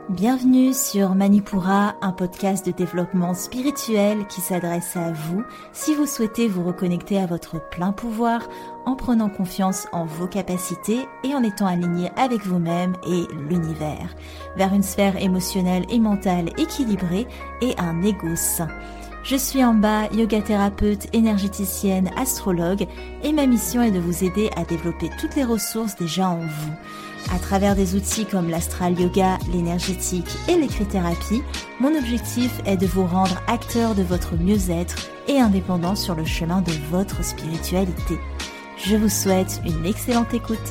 Bienvenue sur Manipura, un podcast de développement spirituel qui s'adresse à vous si vous souhaitez vous reconnecter à votre plein pouvoir en prenant confiance en vos capacités et en étant aligné avec vous-même et l'univers, vers une sphère émotionnelle et mentale équilibrée et un ego sain. Je suis Amba, yoga thérapeute, énergéticienne, astrologue et ma mission est de vous aider à développer toutes les ressources déjà en vous. À travers des outils comme l'astral yoga, l'énergétique et l'écrit-thérapie, mon objectif est de vous rendre acteur de votre mieux-être et indépendant sur le chemin de votre spiritualité. Je vous souhaite une excellente écoute.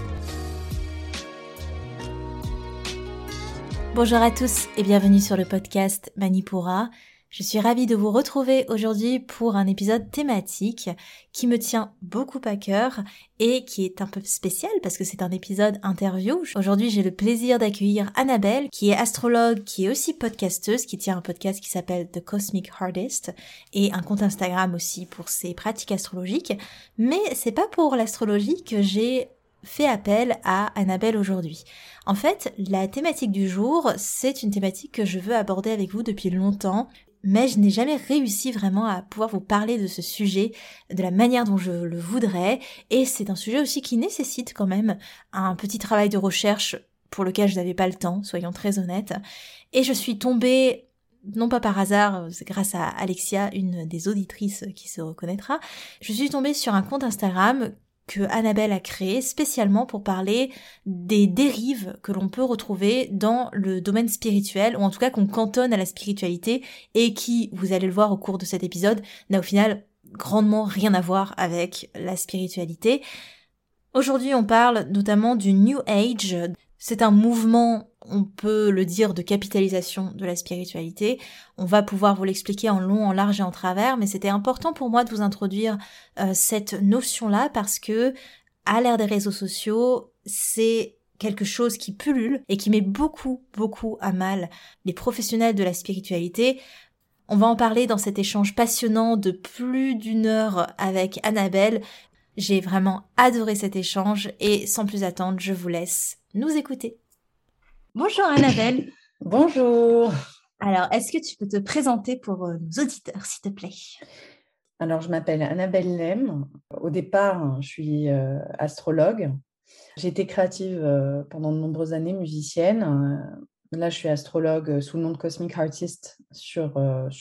Bonjour à tous et bienvenue sur le podcast Manipura. Je suis ravie de vous retrouver aujourd'hui pour un épisode thématique qui me tient beaucoup à cœur et qui est un peu spécial parce que c'est un épisode interview. Aujourd'hui, j'ai le plaisir d'accueillir Annabelle, qui est astrologue, qui est aussi podcasteuse, qui tient un podcast qui s'appelle The Cosmic Artist et un compte Instagram aussi pour ses pratiques astrologiques. Mais c'est pas pour l'astrologie que j'ai fait appel à Annabelle aujourd'hui. En fait, la thématique du jour, c'est une thématique que je veux aborder avec vous depuis longtemps. Mais je n'ai jamais réussi vraiment à pouvoir vous parler de ce sujet de la manière dont je le voudrais. Et c'est un sujet aussi qui nécessite quand même un petit travail de recherche pour lequel je n'avais pas le temps, soyons très honnêtes. Et je suis tombée, non pas par hasard, c'est grâce à Alexia, une des auditrices qui se reconnaîtra, je suis tombée sur un compte Instagram que Annabelle a créé spécialement pour parler des dérives que l'on peut retrouver dans le domaine spirituel, ou en tout cas qu'on cantonne à la spiritualité, et qui, vous allez le voir au cours de cet épisode, n'a au final grandement rien à voir avec la spiritualité. Aujourd'hui, on parle notamment du New Age. C'est un mouvement, on peut le dire, de capitalisation de la spiritualité. On va pouvoir vous l'expliquer en long, en large et en travers, mais c'était important pour moi de vous introduire cette notion-là parce que, à l'ère des réseaux sociaux, c'est quelque chose qui pullule et qui met beaucoup à mal les professionnels de la spiritualité. On va en parler dans cet échange passionnant de plus d'1 heure avec Annabelle. J'ai vraiment adoré cet échange et sans plus attendre, je vous laisse nous écouter. Bonjour Annabelle. Bonjour. Alors, est-ce que tu peux te présenter pour nos auditeurs, s'il te plaît? Alors, je m'appelle Annabelle Lem. Au départ, je suis astrologue. J'ai été créative pendant de nombreuses années, musicienne. Là, je suis astrologue sous le nom de Cosmic Artist sur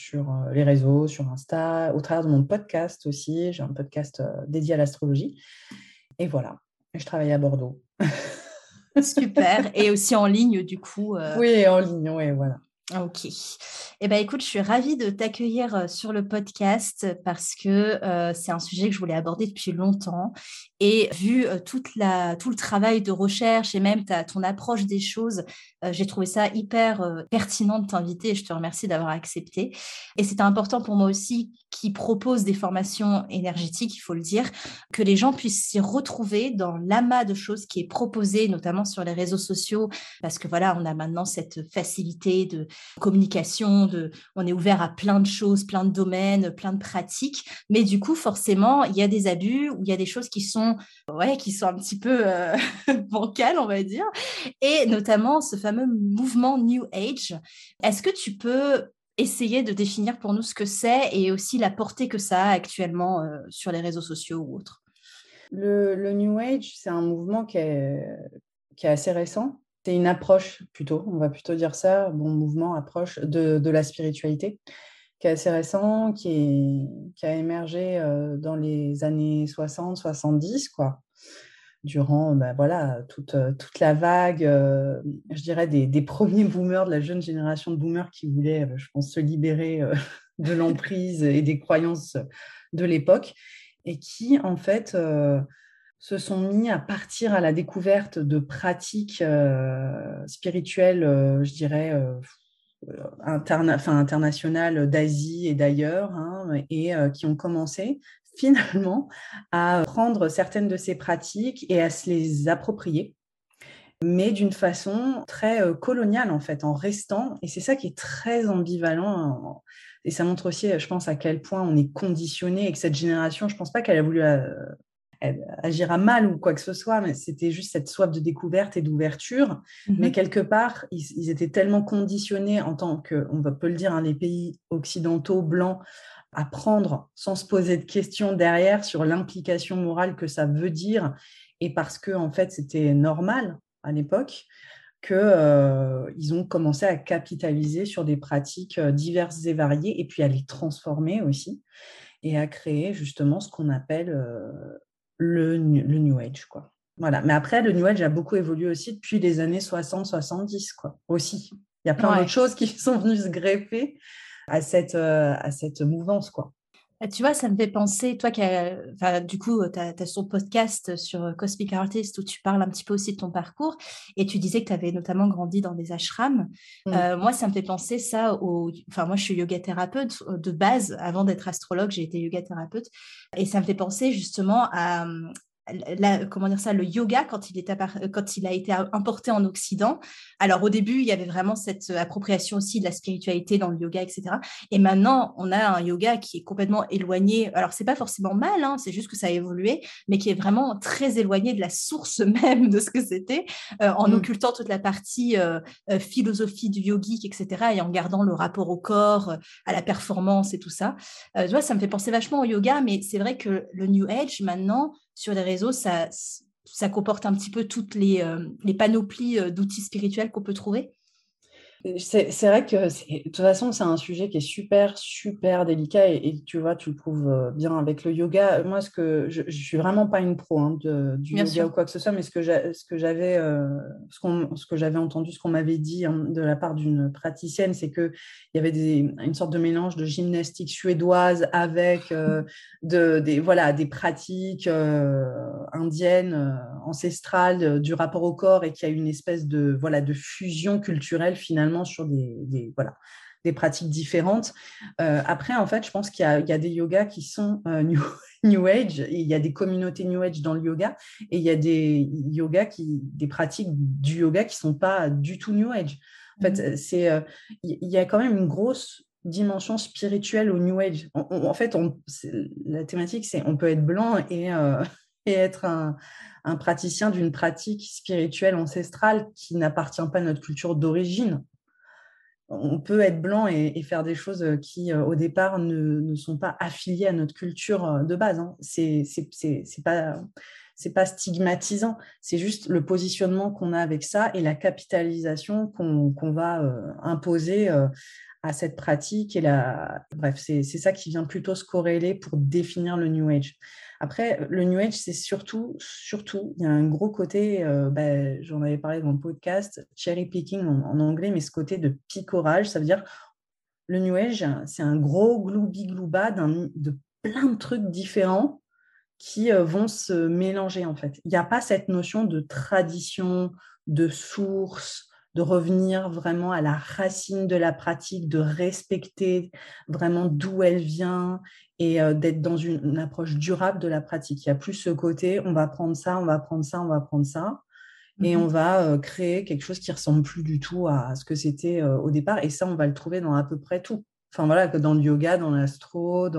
les réseaux, sur Insta, au travers de mon podcast aussi. J'ai un podcast dédié à l'astrologie. Et voilà, je travaille à Bordeaux. Super. Et aussi en ligne, du coup. Oui, en ligne, oui, voilà. Ok. Eh ben, écoute, je suis ravie de t'accueillir sur le podcast parce que c'est un sujet que je voulais aborder depuis longtemps. Et vu tout le travail de recherche et même ton approche des choses, j'ai trouvé ça hyper pertinent de t'inviter et je te remercie d'avoir accepté. Et c'était important pour moi aussi qui propose des formations énergétiques, il faut le dire, que les gens puissent s'y retrouver dans l'amas de choses qui est proposé, notamment sur les réseaux sociaux, parce que voilà, on a maintenant cette facilité de communication, on est ouvert à plein de choses, plein de domaines, plein de pratiques, mais du coup, forcément, il y a des abus ou il y a des choses qui sont un petit peu bancales, on va dire, et notamment ce fameux mouvement New Age. Est-ce que tu peux essayer de définir pour nous ce que c'est et aussi la portée que ça a actuellement sur les réseaux sociaux ou autres? Le New Age, c'est un mouvement qui est assez récent. C'est une approche plutôt, on va plutôt dire ça, mouvement, approche de la spiritualité, qui est assez récent, qui a émergé dans les années 60-70, quoi, durant toute la vague, je dirais, des premiers boomers, de la jeune génération de boomers qui voulaient, je pense, se libérer de l'emprise et des croyances de l'époque, et qui, en fait, se sont mis à partir à la découverte de pratiques spirituelles, je dirais, internationales d'Asie et d'ailleurs, et qui ont commencé finalement à prendre certaines de ces pratiques et à se les approprier, mais d'une façon très coloniale en fait, en restant, et c'est ça qui est très ambivalent, et ça montre aussi, je pense, à quel point on est conditionné et que cette génération, je ne pense pas qu'elle a voulu elle agira mal ou quoi que ce soit, mais c'était juste cette soif de découverte et d'ouverture. Mais quelque part, ils étaient tellement conditionnés en tant que, on peut le dire, les pays occidentaux, blancs, à prendre sans se poser de questions derrière sur l'implication morale que ça veut dire, et parce que en fait c'était normal à l'époque, qu'ils ont commencé à capitaliser sur des pratiques diverses et variées, et puis à les transformer aussi, et à créer justement ce qu'on appelle le New Age, quoi. Voilà. Mais après, le New Age a beaucoup évolué aussi depuis les années 60-70, quoi, aussi. Il y a plein d'autres choses qui sont venues se greffer à cette mouvance, quoi. Tu vois, ça me fait penser, toi du coup, tu as son podcast sur Cosmic Artist où tu parles un petit peu aussi de ton parcours et tu disais que tu avais notamment grandi dans des ashrams. Moi, ça me fait penser ça Enfin, moi, je suis yoga thérapeute de base. Avant d'être astrologue, j'ai été yoga thérapeute. Et ça me fait penser justement à comment dire ça, le yoga quand il a été importé en Occident. Alors au début, il y avait vraiment cette appropriation aussi de la spiritualité dans le yoga, etc. Et maintenant, on a un yoga qui est complètement éloigné. Alors c'est pas forcément mal, hein, c'est juste que ça a évolué, mais qui est vraiment très éloigné de la source même de ce que c'était, en occultant toute la partie philosophie du yogique, etc. Et en gardant le rapport au corps, à la performance et tout ça. Tu vois, ça me fait penser vachement au yoga, mais c'est vrai que le New Age maintenant sur les réseaux, ça comporte un petit peu toutes les panoplies d'outils spirituels qu'on peut trouver. C'est vrai que de toute façon, c'est un sujet qui est super, super délicat et tu vois, tu le prouves bien avec le yoga. Moi, je ne suis vraiment pas une pro du Bien yoga sûr. ou quoi que ce soit, mais ce que j'avais entendu, ce qu'on m'avait dit de la part d'une praticienne, c'est qu'il y avait une sorte de mélange de gymnastique suédoise avec des pratiques indiennes, ancestrales, du rapport au corps et qu'il y a une espèce de fusion culturelle finalement sur des pratiques différentes. Après, en fait, je pense qu'il y a des yogas qui sont New Age, et il y a des communautés New Age dans le yoga, et il y a des pratiques du yoga qui ne sont pas du tout New Age. En fait, il y a quand même une grosse dimension spirituelle au New Age. En fait, la thématique, c'est on peut être blanc et être un praticien d'une pratique spirituelle ancestrale qui n'appartient pas à notre culture d'origine. On peut être blanc et faire des choses qui, au départ, ne sont pas affiliées à notre culture de base. Hein. C'est pas stigmatisant, c'est juste le positionnement qu'on a avec ça et la capitalisation qu'on va imposer à cette pratique. Bref, c'est ça qui vient plutôt se corréler pour définir le New Age. Après, le New Age, c'est surtout, il y a un gros côté, j'en avais parlé dans le podcast, cherry picking en anglais, mais ce côté de picorage, ça veut dire le New Age, c'est un gros gloubi-glouba de plein de trucs différents qui vont se mélanger en fait. Il n'y a pas cette notion de tradition, de source, de revenir vraiment à la racine de la pratique, de respecter vraiment d'où elle vient et d'être dans une approche durable de la pratique. Il n'y a plus ce côté, on va prendre ça, on va prendre ça, on va prendre ça, et on va créer quelque chose qui ne ressemble plus du tout à ce que c'était au départ. Et ça, on va le trouver dans à peu près tout. Enfin voilà, dans le yoga, dans l'astro,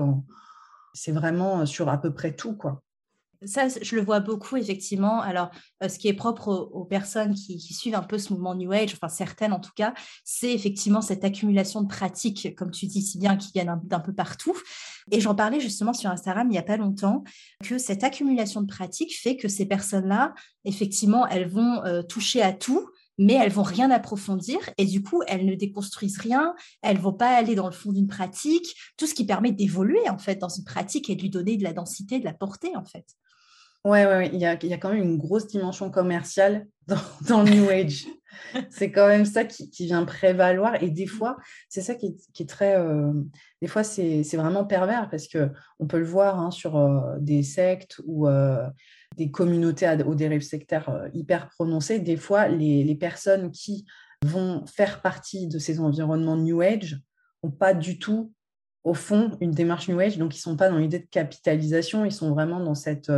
c'est vraiment sur à peu près tout, quoi. Ça, je le vois beaucoup, effectivement. Alors, ce qui est propre aux personnes qui suivent un peu ce mouvement New Age, enfin certaines en tout cas, c'est effectivement cette accumulation de pratiques, comme tu dis si bien, qui viennent d'un peu partout. Et j'en parlais justement sur Instagram il n'y a pas longtemps, que cette accumulation de pratiques fait que ces personnes-là, effectivement, elles vont toucher à tout, mais elles vont rien approfondir et du coup, elles ne déconstruisent rien, elles vont pas aller dans le fond d'une pratique, tout ce qui permet d'évoluer en fait dans une pratique et de lui donner de la densité, de la portée en fait. Ouais. Il y a quand même une grosse dimension commerciale dans le New Age. C'est quand même ça qui vient prévaloir. Et des fois, c'est ça qui est très... des fois, c'est vraiment pervers parce qu'on peut le voir sur des sectes ou des communautés aux dérives sectaires hyper prononcées. Des fois, les personnes qui vont faire partie de ces environnements New Age n'ont pas du tout, au fond, une démarche New Age. Donc, ils ne sont pas dans l'idée de capitalisation. Ils sont vraiment dans cette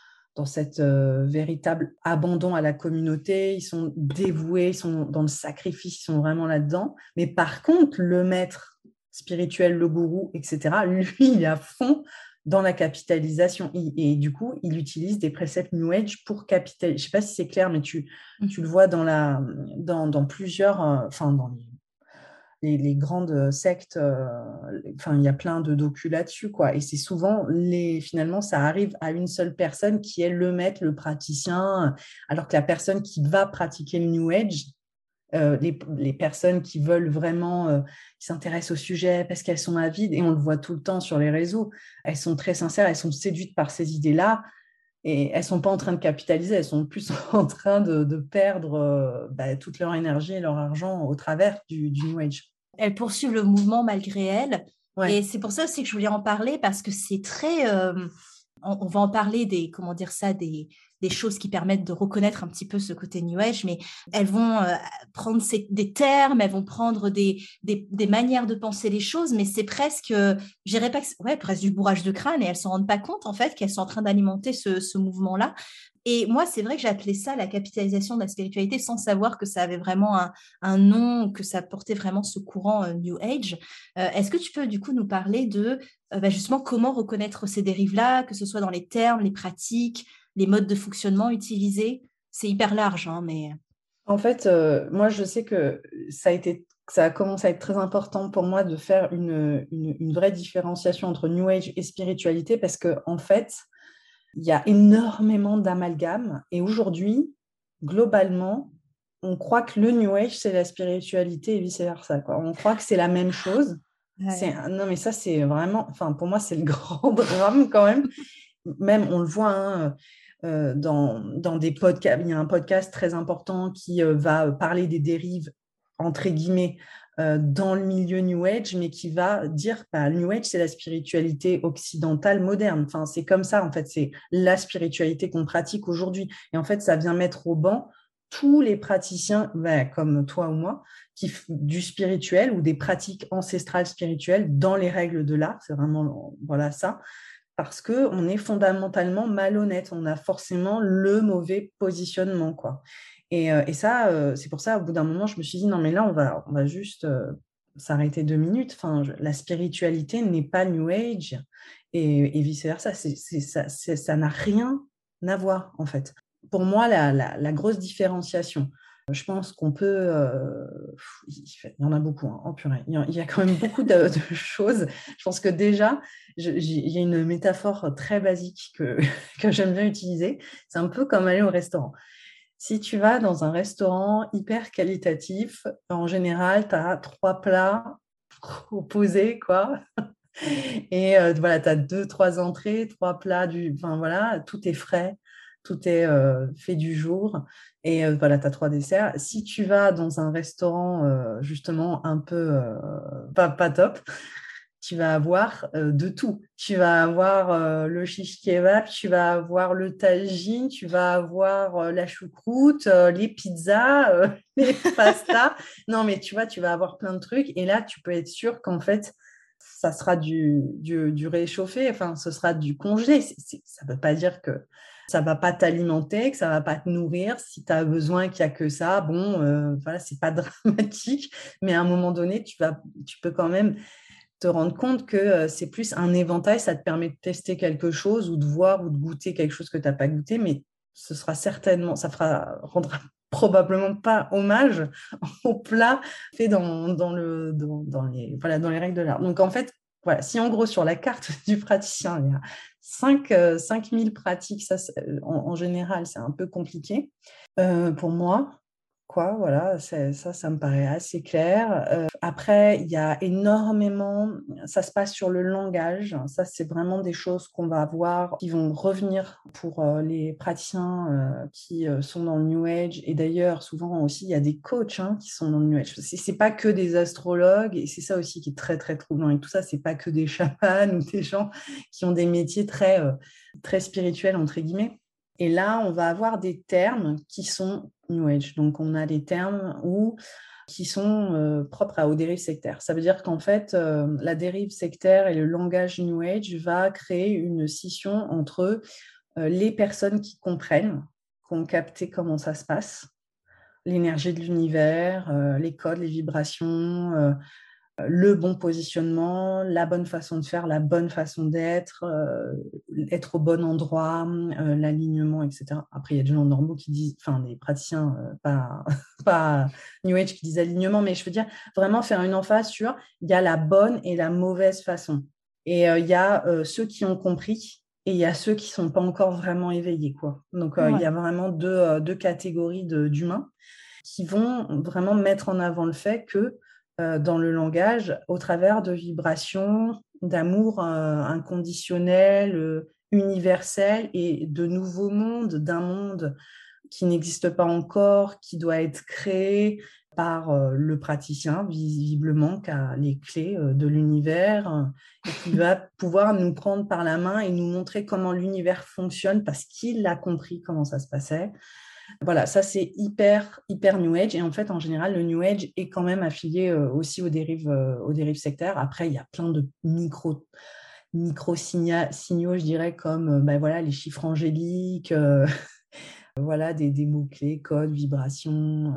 véritable abandon à la communauté, ils sont dévoués, ils sont dans le sacrifice, ils sont vraiment là-dedans. Mais par contre, le maître spirituel, le gourou, etc., lui, il est à fond dans la capitalisation. Et du coup, il utilise des préceptes New Age pour capitaliser. Je ne sais pas si c'est clair, mais tu le vois dans plusieurs, dans les grandes sectes, il y a plein de docus là-dessus, quoi. Et c'est souvent, finalement, ça arrive à une seule personne qui est le maître, le praticien, alors que la personne qui va pratiquer le New Age, les personnes qui veulent vraiment, qui s'intéressent au sujet parce qu'elles sont avides, et on le voit tout le temps sur les réseaux, elles sont très sincères, elles sont séduites par ces idées-là, et elles ne sont pas en train de capitaliser, elles sont plus en train de perdre toute leur énergie et leur argent au travers du New Age. Elles poursuivent le mouvement malgré elles. Ouais. Et c'est pour ça aussi que je voulais en parler, parce que c'est très... on va en parler des choses qui permettent de reconnaître un petit peu ce côté New Age, mais elles vont prendre des termes, elles vont prendre des manières de penser les choses, mais c'est presque, je dirais pas que presque du bourrage de crâne, et elles ne s'en rendent pas compte en fait qu'elles sont en train d'alimenter ce mouvement-là. Et moi, c'est vrai que j'ai appelé ça la capitalisation de la spiritualité, sans savoir que ça avait vraiment un nom, que ça portait vraiment ce courant New Age. Est-ce que tu peux du coup nous parler de justement comment reconnaître ces dérives-là, que ce soit dans les termes, les pratiques, les modes de fonctionnement utilisés? C'est hyper large, hein, mais... En fait, moi, je sais que ça a commencé à être très important pour moi de faire une vraie différenciation entre New Age et spiritualité, parce qu'en fait, il y a énormément d'amalgames. Et aujourd'hui, globalement, on croit que le New Age, c'est la spiritualité et vice-versa, quoi. On croit que c'est la même chose. Ouais. Non, mais ça, c'est vraiment... pour moi, c'est le grand drame quand même. Même, on le voit, hein, dans des podcasts. Il y a un podcast très important qui va parler des dérives, entre guillemets, dans le milieu New Age, mais qui va dire que le New Age, c'est la spiritualité occidentale moderne. C'est comme ça, en fait, c'est la spiritualité qu'on pratique aujourd'hui. Et en fait, ça vient mettre au banc tous les praticiens, comme toi ou moi, du spirituel ou des pratiques ancestrales spirituelles dans les règles de l'art. C'est vraiment, voilà, ça. Parce qu'on est fondamentalement malhonnête. On a forcément le mauvais positionnement, quoi. Et ça, c'est pour ça, au bout d'un moment, je me suis dit, non, mais là, on va juste s'arrêter 2 minutes. La spiritualité n'est pas New Age et vice-versa. Ça n'a rien à voir, en fait. Pour moi, la grosse différenciation, je pense qu'on peut... il y en a beaucoup, hein, oh purée. Il y a quand même beaucoup de choses. Je pense que déjà, il y a une métaphore très basique que j'aime bien utiliser. C'est un peu comme aller au restaurant. Si tu vas dans un restaurant hyper qualitatif, en général, tu as 3 plats proposés, quoi. Et voilà, tu as 2, 3 entrées, 3 plats, voilà, tout est frais, tout est fait du jour. Et voilà, tu as 3 desserts. Si tu vas dans un restaurant, justement, un peu pas top, tu vas avoir de tout. Tu vas avoir le shish kebab, tu vas avoir le tagine, tu vas avoir la choucroute, les pizzas, les pastas. Non, mais tu vois, tu vas avoir plein de trucs. Et là, tu peux être sûr qu'en fait, ça sera du réchauffé, ce sera du congelé. Ça ne veut pas dire que ça ne va pas t'alimenter, que ça ne va pas te nourrir. Si tu as besoin qu'il n'y a que ça, bon, voilà, ce n'est pas dramatique. Mais à un moment donné, tu peux quand même te rendre compte que c'est plus un éventail. Ça te permet de tester quelque chose ou de voir ou de goûter quelque chose que tu n'as pas goûté, mais ce sera certainement, rendra probablement pas hommage au plat fait dans les règles de l'art. Donc, en fait, voilà, si en gros, sur la carte du praticien, il y a 5000 pratiques, ça, en général, c'est un peu compliqué pour moi. Voilà, ça me paraît assez clair. Après, il y a énormément, ça se passe sur le langage. Ça, c'est vraiment des choses qu'on va voir qui vont revenir pour les praticiens qui sont dans le New Age. Et d'ailleurs, souvent aussi, il y a des coachs, hein, qui sont dans le New Age. C'est pas que des astrologues, et c'est ça aussi qui est très, très troublant. Et tout ça, c'est pas que des chamans ou des gens qui ont des métiers très, très spirituels, entre guillemets. Et là, on va avoir des termes qui sont New Age. Donc, on a des termes qui sont propres aux dérives sectaires. Ça veut dire qu'en fait, la dérive sectaire et le langage New Age va créer une scission entre les personnes qui comprennent, qui ont capté comment ça se passe, l'énergie de l'univers, les codes, les vibrations, le bon positionnement, la bonne façon de faire, la bonne façon d'être, être au bon endroit, l'alignement, etc. Après, il y a des gens normaux qui disent, enfin, des praticiens, pas New Age qui disent alignement, mais je veux dire, vraiment faire une emphase sur, il y a la bonne et la mauvaise façon. Et il y a ceux qui ont compris et il y a ceux qui ne sont pas encore vraiment éveillés, quoi. Donc, il y a vraiment deux catégories d'humains qui vont vraiment mettre en avant le fait que dans le langage, au travers de vibrations, d'amour inconditionnel, universel et de nouveaux mondes, d'un monde qui n'existe pas encore, qui doit être créé par le praticien, visiblement, qui a les clés de l'univers et qui va pouvoir nous prendre par la main et nous montrer comment l'univers fonctionne parce qu'il a compris comment ça se passait. Voilà, ça c'est hyper, hyper New Age. Et en fait, en général, le New Age est quand même affilié aussi aux dérives sectaires. Après, il y a plein de micro-signaux, je dirais, comme voilà, les chiffres angéliques, voilà, des mots-clés, codes, vibrations,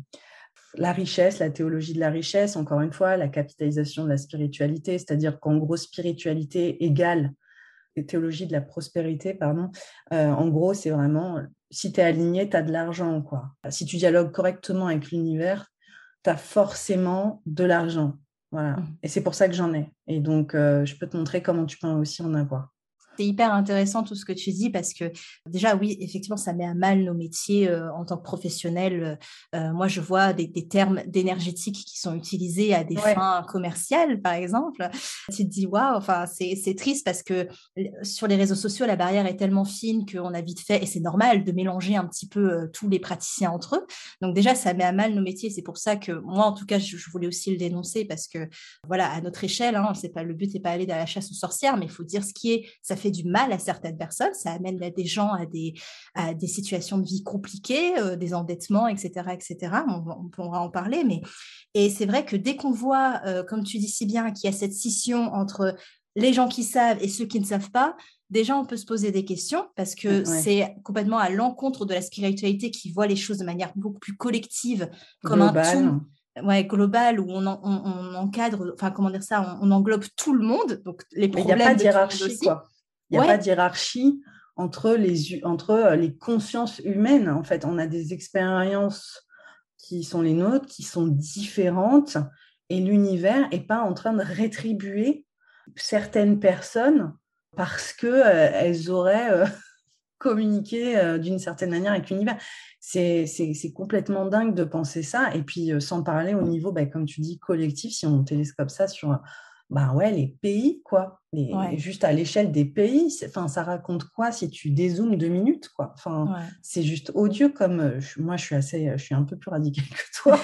la richesse, la théologie de la richesse, encore une fois, la capitalisation de la spiritualité, c'est-à-dire qu'en gros, spiritualité égale théologie de la prospérité, pardon. En gros, c'est vraiment, si tu es aligné, tu as de l'argent, quoi. Si tu dialogues correctement avec l'univers, tu as forcément de l'argent. Voilà. Et c'est pour ça que j'en ai. Et donc, je peux te montrer comment tu peux aussi en avoir. C'est hyper intéressant tout ce que tu dis parce que déjà, oui, effectivement, ça met à mal nos métiers en tant que professionnels. Moi, je vois des termes d'énergétique qui sont utilisés à des fins commerciales, par exemple. Tu te dis, waouh, enfin, c'est triste parce que sur les réseaux sociaux, la barrière est tellement fine qu'on a vite fait, et c'est normal de mélanger un petit peu tous les praticiens entre eux. Donc déjà, ça met à mal nos métiers. C'est pour ça que moi, en tout cas, je voulais aussi le dénoncer parce que, voilà, à notre échelle, hein, le but n'est pas aller à la chasse aux sorcières, mais il faut dire ce qui est, ça fait du mal à certaines personnes, ça amène des gens à des situations de vie compliquées, des endettements, etc., etc. On pourra en parler, et c'est vrai que dès qu'on voit, comme tu dis si bien, qu'il y a cette scission entre les gens qui savent et ceux qui ne savent pas, déjà on peut se poser des questions parce que c'est complètement à l'encontre de la spiritualité qui voit les choses de manière beaucoup plus collective, comme un tout. Ouais, global, où on encadre, enfin, comment dire ça, on englobe tout le monde, donc les problèmes de tout le monde aussi. Il n'y a pas de hiérarchie entre les consciences humaines. En fait, on a des expériences qui sont les nôtres, qui sont différentes, et l'univers n'est pas en train de rétribuer certaines personnes parce qu'elles auraient communiqué d'une certaine manière avec l'univers. C'est complètement dingue de penser ça. Et puis, sans parler au niveau, comme tu dis, collectif, si on télescope ça sur les pays, quoi. Juste à l'échelle des pays, ça raconte quoi si tu dézoomes 2 minutes, quoi. C'est juste odieux comme... moi, je suis un peu plus radicale que toi.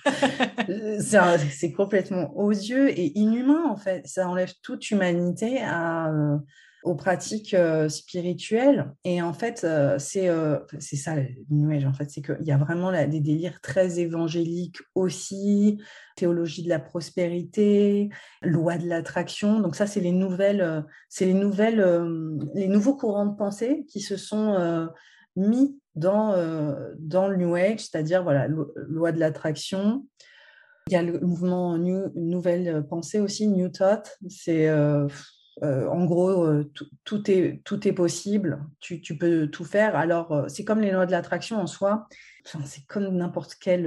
C'est complètement osieux et inhumain, en fait. Ça enlève toute humanité aux pratiques spirituelles. Et en fait, c'est ça, le New Age, en fait. C'est qu'il y a vraiment des délires très évangéliques aussi, théologie de la prospérité, loi de l'attraction. Donc ça, c'est les nouveaux courants de pensée qui se sont mis dans le New Age, c'est-à-dire, voilà, loi de l'attraction. Il y a le mouvement Nouvelle Pensée aussi, New Thought. C'est en gros, tout est possible, tu peux tout faire. Alors, c'est comme les lois de l'attraction en soi. C'est comme n'importe quel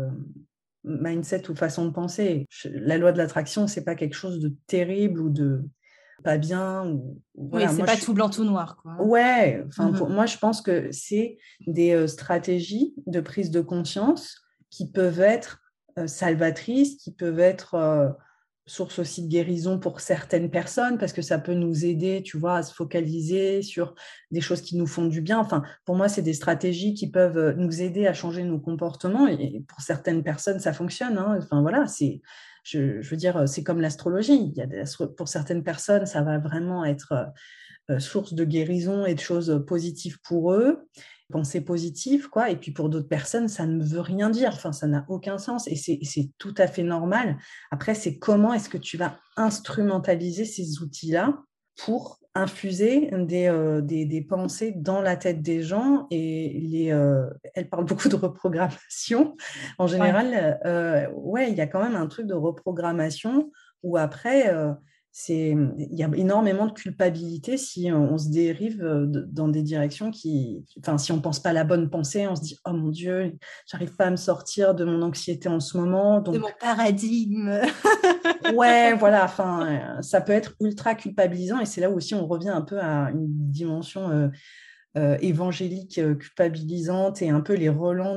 mindset ou façon de penser. La loi de l'attraction, c'est pas quelque chose de terrible ou de pas bien. Voilà, oui, c'est pas tout blanc, tout noir, quoi. Ouais, moi, je pense que c'est des stratégies de prise de conscience qui peuvent être salvatrices, qui peuvent être source aussi de guérison pour certaines personnes, parce que ça peut nous aider, tu vois, à se focaliser sur des choses qui nous font du bien. Enfin, pour moi, c'est des stratégies qui peuvent nous aider à changer nos comportements, et pour certaines personnes, ça fonctionne, hein. Enfin, voilà, je veux dire, c'est comme l'astrologie. Pour certaines personnes, ça va vraiment être source de guérison et de choses positives pour eux, pensée positive, quoi. Et puis pour d'autres personnes, ça ne veut rien dire. Enfin, ça n'a aucun sens et c'est tout à fait normal. Après, c'est comment est-ce que tu vas instrumentaliser ces outils-là pour infuser des pensées dans la tête des gens et elle parle beaucoup de reprogrammation. En Ouais. général, ouais, il y a quand même un truc de reprogrammation où après, il y a énormément de culpabilité si on se dérive dans des directions enfin, si on pense pas la bonne pensée, on se dit, oh mon Dieu, j'arrive pas à me sortir de mon anxiété en ce moment, De donc mon paradigme. ouais, voilà, enfin, ça peut être ultra culpabilisant et c'est là où aussi on revient un peu à une dimension évangélique culpabilisante et un peu les relents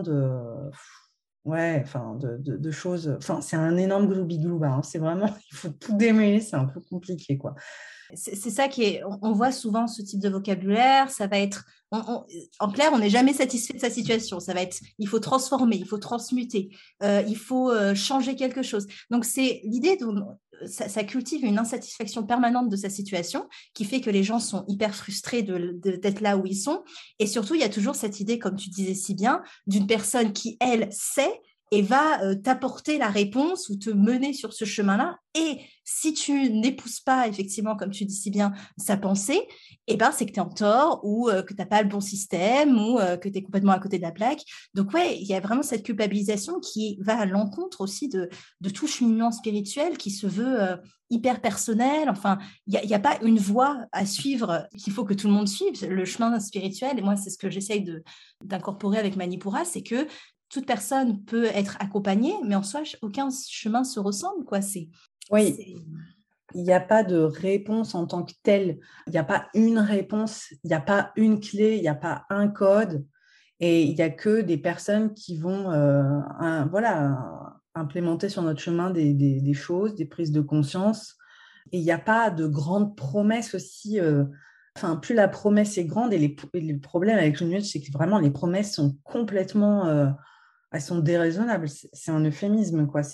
ouais, enfin, de choses. Enfin, c'est un énorme gloubi-glouba, hein. C'est vraiment, il faut tout démêler, c'est un peu compliqué, quoi. C'est ça qui est. On voit souvent ce type de vocabulaire. Ça va être. En clair, on n'est jamais satisfait de sa situation. Ça va être. Il faut transformer, il faut transmuter, il faut changer quelque chose. Donc, c'est l'idée de. Ça cultive une insatisfaction permanente de sa situation qui fait que les gens sont hyper frustrés d'être là où ils sont. Et surtout, il y a toujours cette idée, comme tu disais si bien, d'une personne qui, elle, sait et va t'apporter la réponse ou te mener sur ce chemin-là. Et si tu n'épouses pas, effectivement, comme tu dis si bien, sa pensée, eh ben, c'est que tu es en tort ou que tu n'as pas le bon système ou que tu es complètement à côté de la plaque. Donc, ouais, il y a vraiment cette culpabilisation qui va à l'encontre aussi de tout cheminement spirituel qui se veut hyper personnel. Enfin, il n'y a pas une voie à suivre qu'il faut que tout le monde suive. Le chemin spirituel, et moi, c'est ce que j'essaye d'incorporer avec Manipura, c'est que toute personne peut être accompagnée, mais en soi, aucun chemin se ressemble, quoi. Oui, il n'y a pas de réponse en tant que telle. Il n'y a pas une réponse, il n'y a pas une clé, il n'y a pas un code. Et il n'y a que des personnes qui vont voilà, implémenter sur notre chemin des choses, des prises de conscience. Et il n'y a pas de grandes promesses aussi. Enfin, plus la promesse est grande, et le problème avec le New Age, c'est que vraiment les promesses sont complètement, elles sont déraisonnables. C'est un euphémisme, quoi.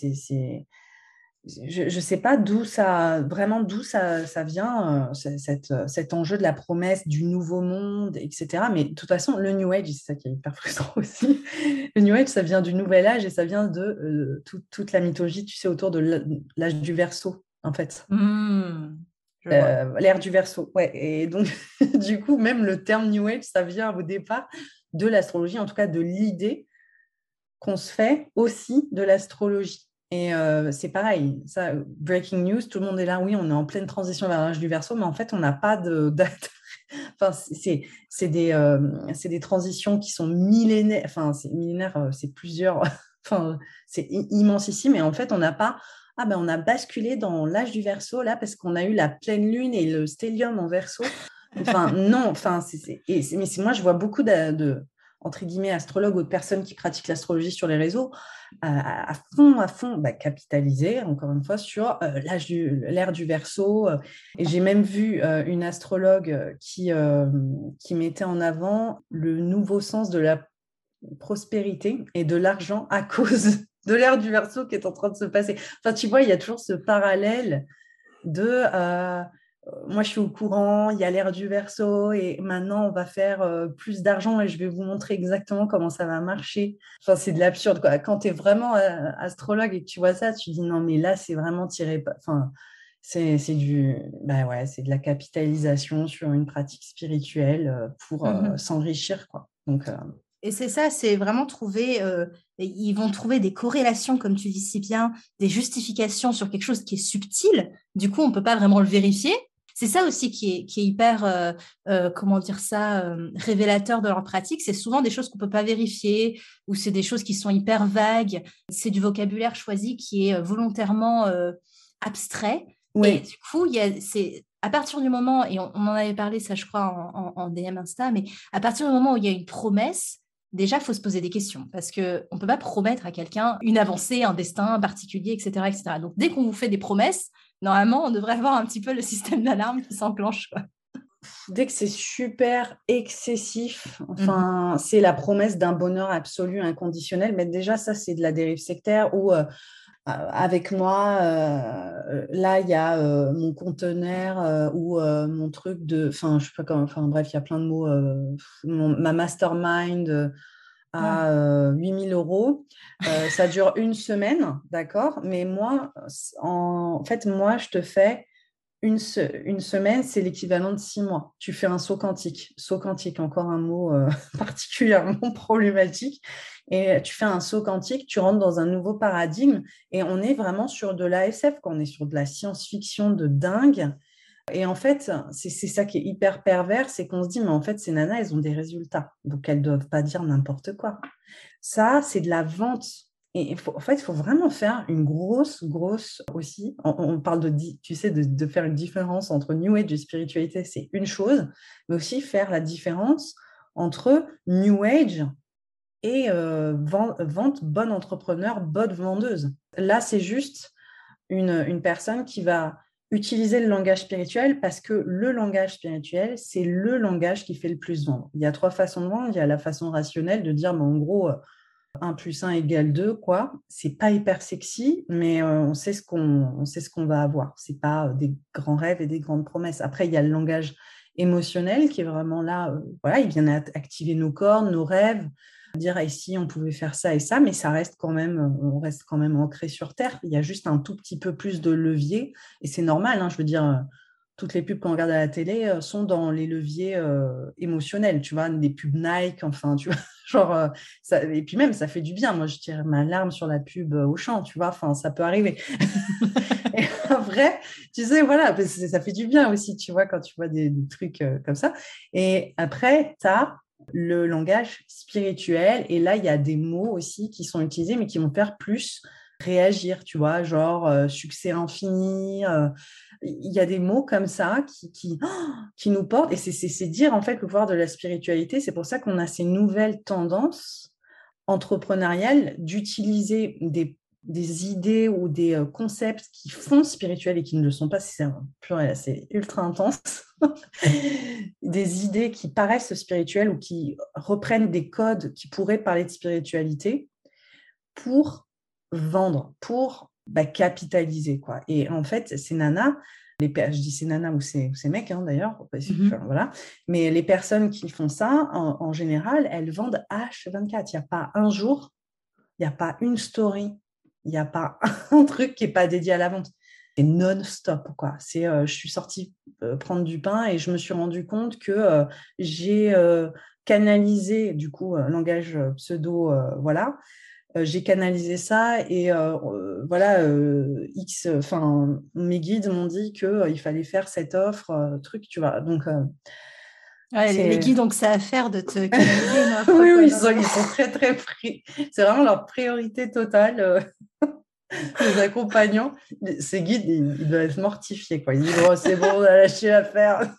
Je ne sais pas d'où ça vient, cet enjeu de la promesse du nouveau monde, etc. Mais de toute façon, le New Age, c'est ça qui est hyper frustrant aussi. Le New Age, ça vient du Nouvel Âge et ça vient de toute la mythologie, tu sais, autour de l'âge du Verseau, en fait. Je vois. L'ère du Verseau, ouais. Et donc, du coup, même le terme New Age, ça vient au départ de l'astrologie, en tout cas de l'idée qu'on se fait aussi de l'astrologie. Et c'est pareil, ça, breaking news, tout le monde est là, oui, on est en pleine transition vers l'âge du Verseau, mais en fait, on n'a pas de date. Enfin, c'est des transitions qui sont millénaires, enfin, c'est millénaire, c'est plusieurs, enfin, c'est immensissime, et en fait, on n'a pas, ah ben, on a basculé dans l'âge du Verseau, là, parce qu'on a eu la pleine lune et le stellium en Verseau. Enfin, non, enfin, moi, je vois beaucoup entre guillemets, astrologues ou de personnes qui pratiquent l'astrologie sur les réseaux, à fond bah, capitaliser, encore une fois, sur l'ère du Verseau. Et j'ai même vu une astrologue qui mettait en avant le nouveau sens de la prospérité et de l'argent à cause de l'ère du Verseau qui est en train de se passer. Enfin, tu vois, il y a toujours ce parallèle de moi je suis au courant, il y a l'ère du Verseau et maintenant on va faire plus d'argent et je vais vous montrer exactement comment ça va marcher. Enfin, c'est de l'absurde, quoi. Quand tu es vraiment astrologue et que tu vois ça, tu dis non, mais là c'est vraiment tiré. Enfin, bah ouais, c'est de la capitalisation sur une pratique spirituelle pour s'enrichir, quoi. Donc, Et c'est ça, c'est vraiment trouver, ils vont trouver des corrélations, comme tu dis si bien, des justifications sur quelque chose qui est subtil. Du coup, on ne peut pas vraiment le vérifier. C'est ça aussi qui est hyper, comment dire ça, révélateur de leur pratique. C'est souvent des choses qu'on ne peut pas vérifier ou c'est des choses qui sont hyper vagues. C'est du vocabulaire choisi qui est volontairement abstrait. Et oui, du coup, c'est à partir du moment, et on en avait parlé, ça je crois, en DM Insta, mais à partir du moment où il y a une promesse, déjà, il faut se poser des questions parce qu'on ne peut pas promettre à quelqu'un une avancée, un destin particulier, etc., etc. Donc, dès qu'on vous fait des promesses, normalement, on devrait avoir un petit peu le système d'alarme qui s'enclenche, quoi. dès que c'est super excessif, Mhm. enfin, c'est la promesse d'un bonheur absolu, inconditionnel. Mais déjà, ça, c'est de la dérive sectaire où, avec moi, là, il y a mon conteneur ou mon truc de. Enfin, je sais pas comment. Enfin, bref, il y a plein de mots. Ma mastermind Ouais. à 8 000 euros. Ça dure une semaine, d'accord? Mais moi, en fait, moi, je te fais une semaine, c'est l'équivalent de 6 mois. Tu fais un saut quantique. Saut quantique, encore un mot particulièrement problématique. Et tu fais un saut quantique, tu rentres dans un nouveau paradigme. Et on est vraiment sur de l'ASF, on est sur de la science-fiction de dingue. Et en fait, c'est ça qui est hyper pervers, c'est qu'on se dit, mais en fait, ces nanas, elles ont des résultats. Donc, elles ne doivent pas dire n'importe quoi. Ça, c'est de la vente. Et en fait, il faut vraiment faire une grosse aussi. On parle tu sais, de faire une différence entre New Age et spiritualité, c'est une chose, mais aussi faire la différence entre New Age et vente, bonne entrepreneur, bonne vendeuse. Là, c'est juste une personne qui va utiliser le langage spirituel parce que le langage spirituel, c'est le langage qui fait le plus vendre. Il y a 3 façons de vendre. Il y a la façon rationnelle de dire, mais en gros, 1 plus 1 égale 2, quoi. C'est pas hyper sexy, mais on sait ce qu'on va avoir. C'est pas des grands rêves et des grandes promesses. Après, il y a le langage émotionnel qui est vraiment là. Voilà, il vient activer nos corps, nos rêves, dire ici on pouvait faire ça et ça, mais ça reste quand même, on reste quand même ancré sur terre. Il y a juste un tout petit peu plus de levier et c'est normal. Hein, je veux dire, toutes les pubs qu'on regarde à la télé sont dans les leviers émotionnels. Tu vois, des pubs Nike, enfin, tu vois, genre ça, et puis même ça fait du bien. Moi, je tire ma larme sur la pub Auchan, tu vois, enfin, ça peut arriver. Et après, tu sais, voilà, ça fait du bien aussi, tu vois, quand tu vois des trucs comme ça. Et après, tu as le langage spirituel. Et là, il y a des mots aussi qui sont utilisés, mais qui vont faire plus réagir, tu vois, genre succès infini. Il y a des mots comme ça qui nous portent. Et c'est dire, en fait, le pouvoir de la spiritualité. C'est pour ça qu'on a ces nouvelles tendances entrepreneuriales d'utiliser des idées ou des concepts qui font spirituel et qui ne le sont pas, c'est ultra intense. Des idées qui paraissent spirituelles ou qui reprennent des codes qui pourraient parler de spiritualité pour vendre, pour capitaliser, quoi. Et en fait, ces nanas, je dis ces nanas ou ces mecs, hein, d'ailleurs, voilà. Mais les personnes qui font ça, en général, elles vendent H24. Il n'y a pas un jour, il n'y a pas une story, il n'y a pas un truc qui n'est pas dédié à la vente. C'est non-stop, quoi. Je suis sortie prendre du pain et je me suis rendu compte que j'ai canalisé, du coup, langage pseudo, voilà. J'ai canalisé ça et voilà, mes guides m'ont dit qu'il fallait faire cette offre, truc, tu vois. Donc, ouais, les guides ont que ça à faire de te canaliser une offre. Oui, ils sont très, très pris. C'est vraiment leur priorité totale. Les accompagnants, ces guides, ils doivent être mortifiés, quoi. Ils disent, oh, c'est bon, on a lâché l'affaire.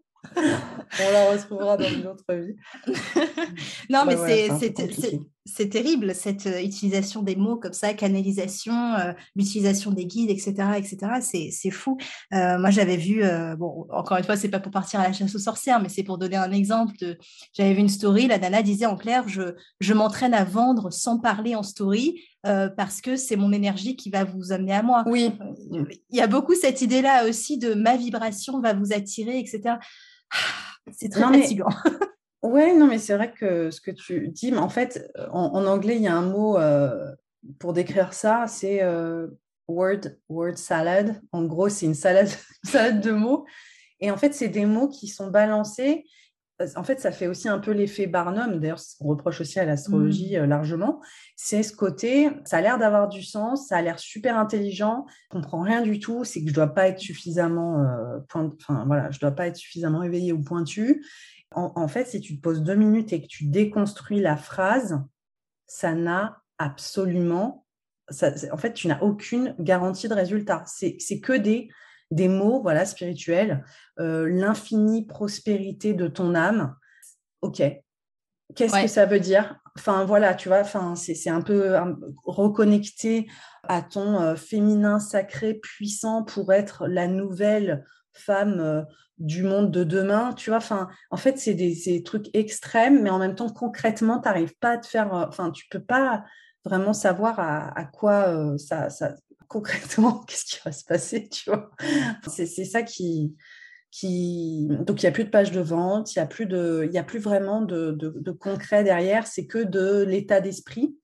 On la retrouvera dans une autre vie. Non, mais c'est terrible, cette utilisation des mots comme ça, canalisation, l'utilisation des guides, etc., etc. C'est fou. Moi, j'avais vu, bon, encore une fois, c'est pas pour partir à la chasse aux sorcières, mais c'est pour donner un exemple. J'avais vu une story, la nana disait en clair, je m'entraîne à vendre sans parler en story. Parce que c'est mon énergie qui va vous amener à moi. Oui. Il y a beaucoup cette idée-là aussi de ma vibration va vous attirer, etc. C'est très fatigant. Oui, non, mais c'est vrai que ce que tu dis, mais en fait, en anglais, il y a un mot pour décrire ça, c'est word salad. En gros, c'est une salade de mots. Et en fait, c'est des mots qui sont balancés. En fait, ça fait aussi un peu l'effet Barnum. D'ailleurs, c'est ce qu'on reproche aussi à l'astrologie largement. C'est ce côté, ça a l'air d'avoir du sens, ça a l'air super intelligent, je ne comprends rien du tout, c'est que je ne dois pas être suffisamment je dois pas être suffisamment éveillée ou pointue. En fait, si tu te poses 2 minutes et que tu déconstruis la phrase, ça n'a absolument... en fait, tu n'as aucune garantie de résultat. C'est que des mots voilà, spirituels. L'infinie prospérité de ton âme. OK. Qu'est-ce que ça veut dire? Enfin, voilà, tu vois, c'est un peu reconnecter à ton féminin sacré, puissant pour être la nouvelle femme du monde de demain, tu vois. En fait, c'est des trucs extrêmes, mais en même temps, concrètement, tu n'arrives pas à te faire... tu peux pas vraiment savoir à quoi ça... Concrètement, qu'est-ce qui va se passer, tu vois. C'est ça donc il n'y a plus de page de vente, il y a plus vraiment de concret derrière, c'est que de l'état d'esprit.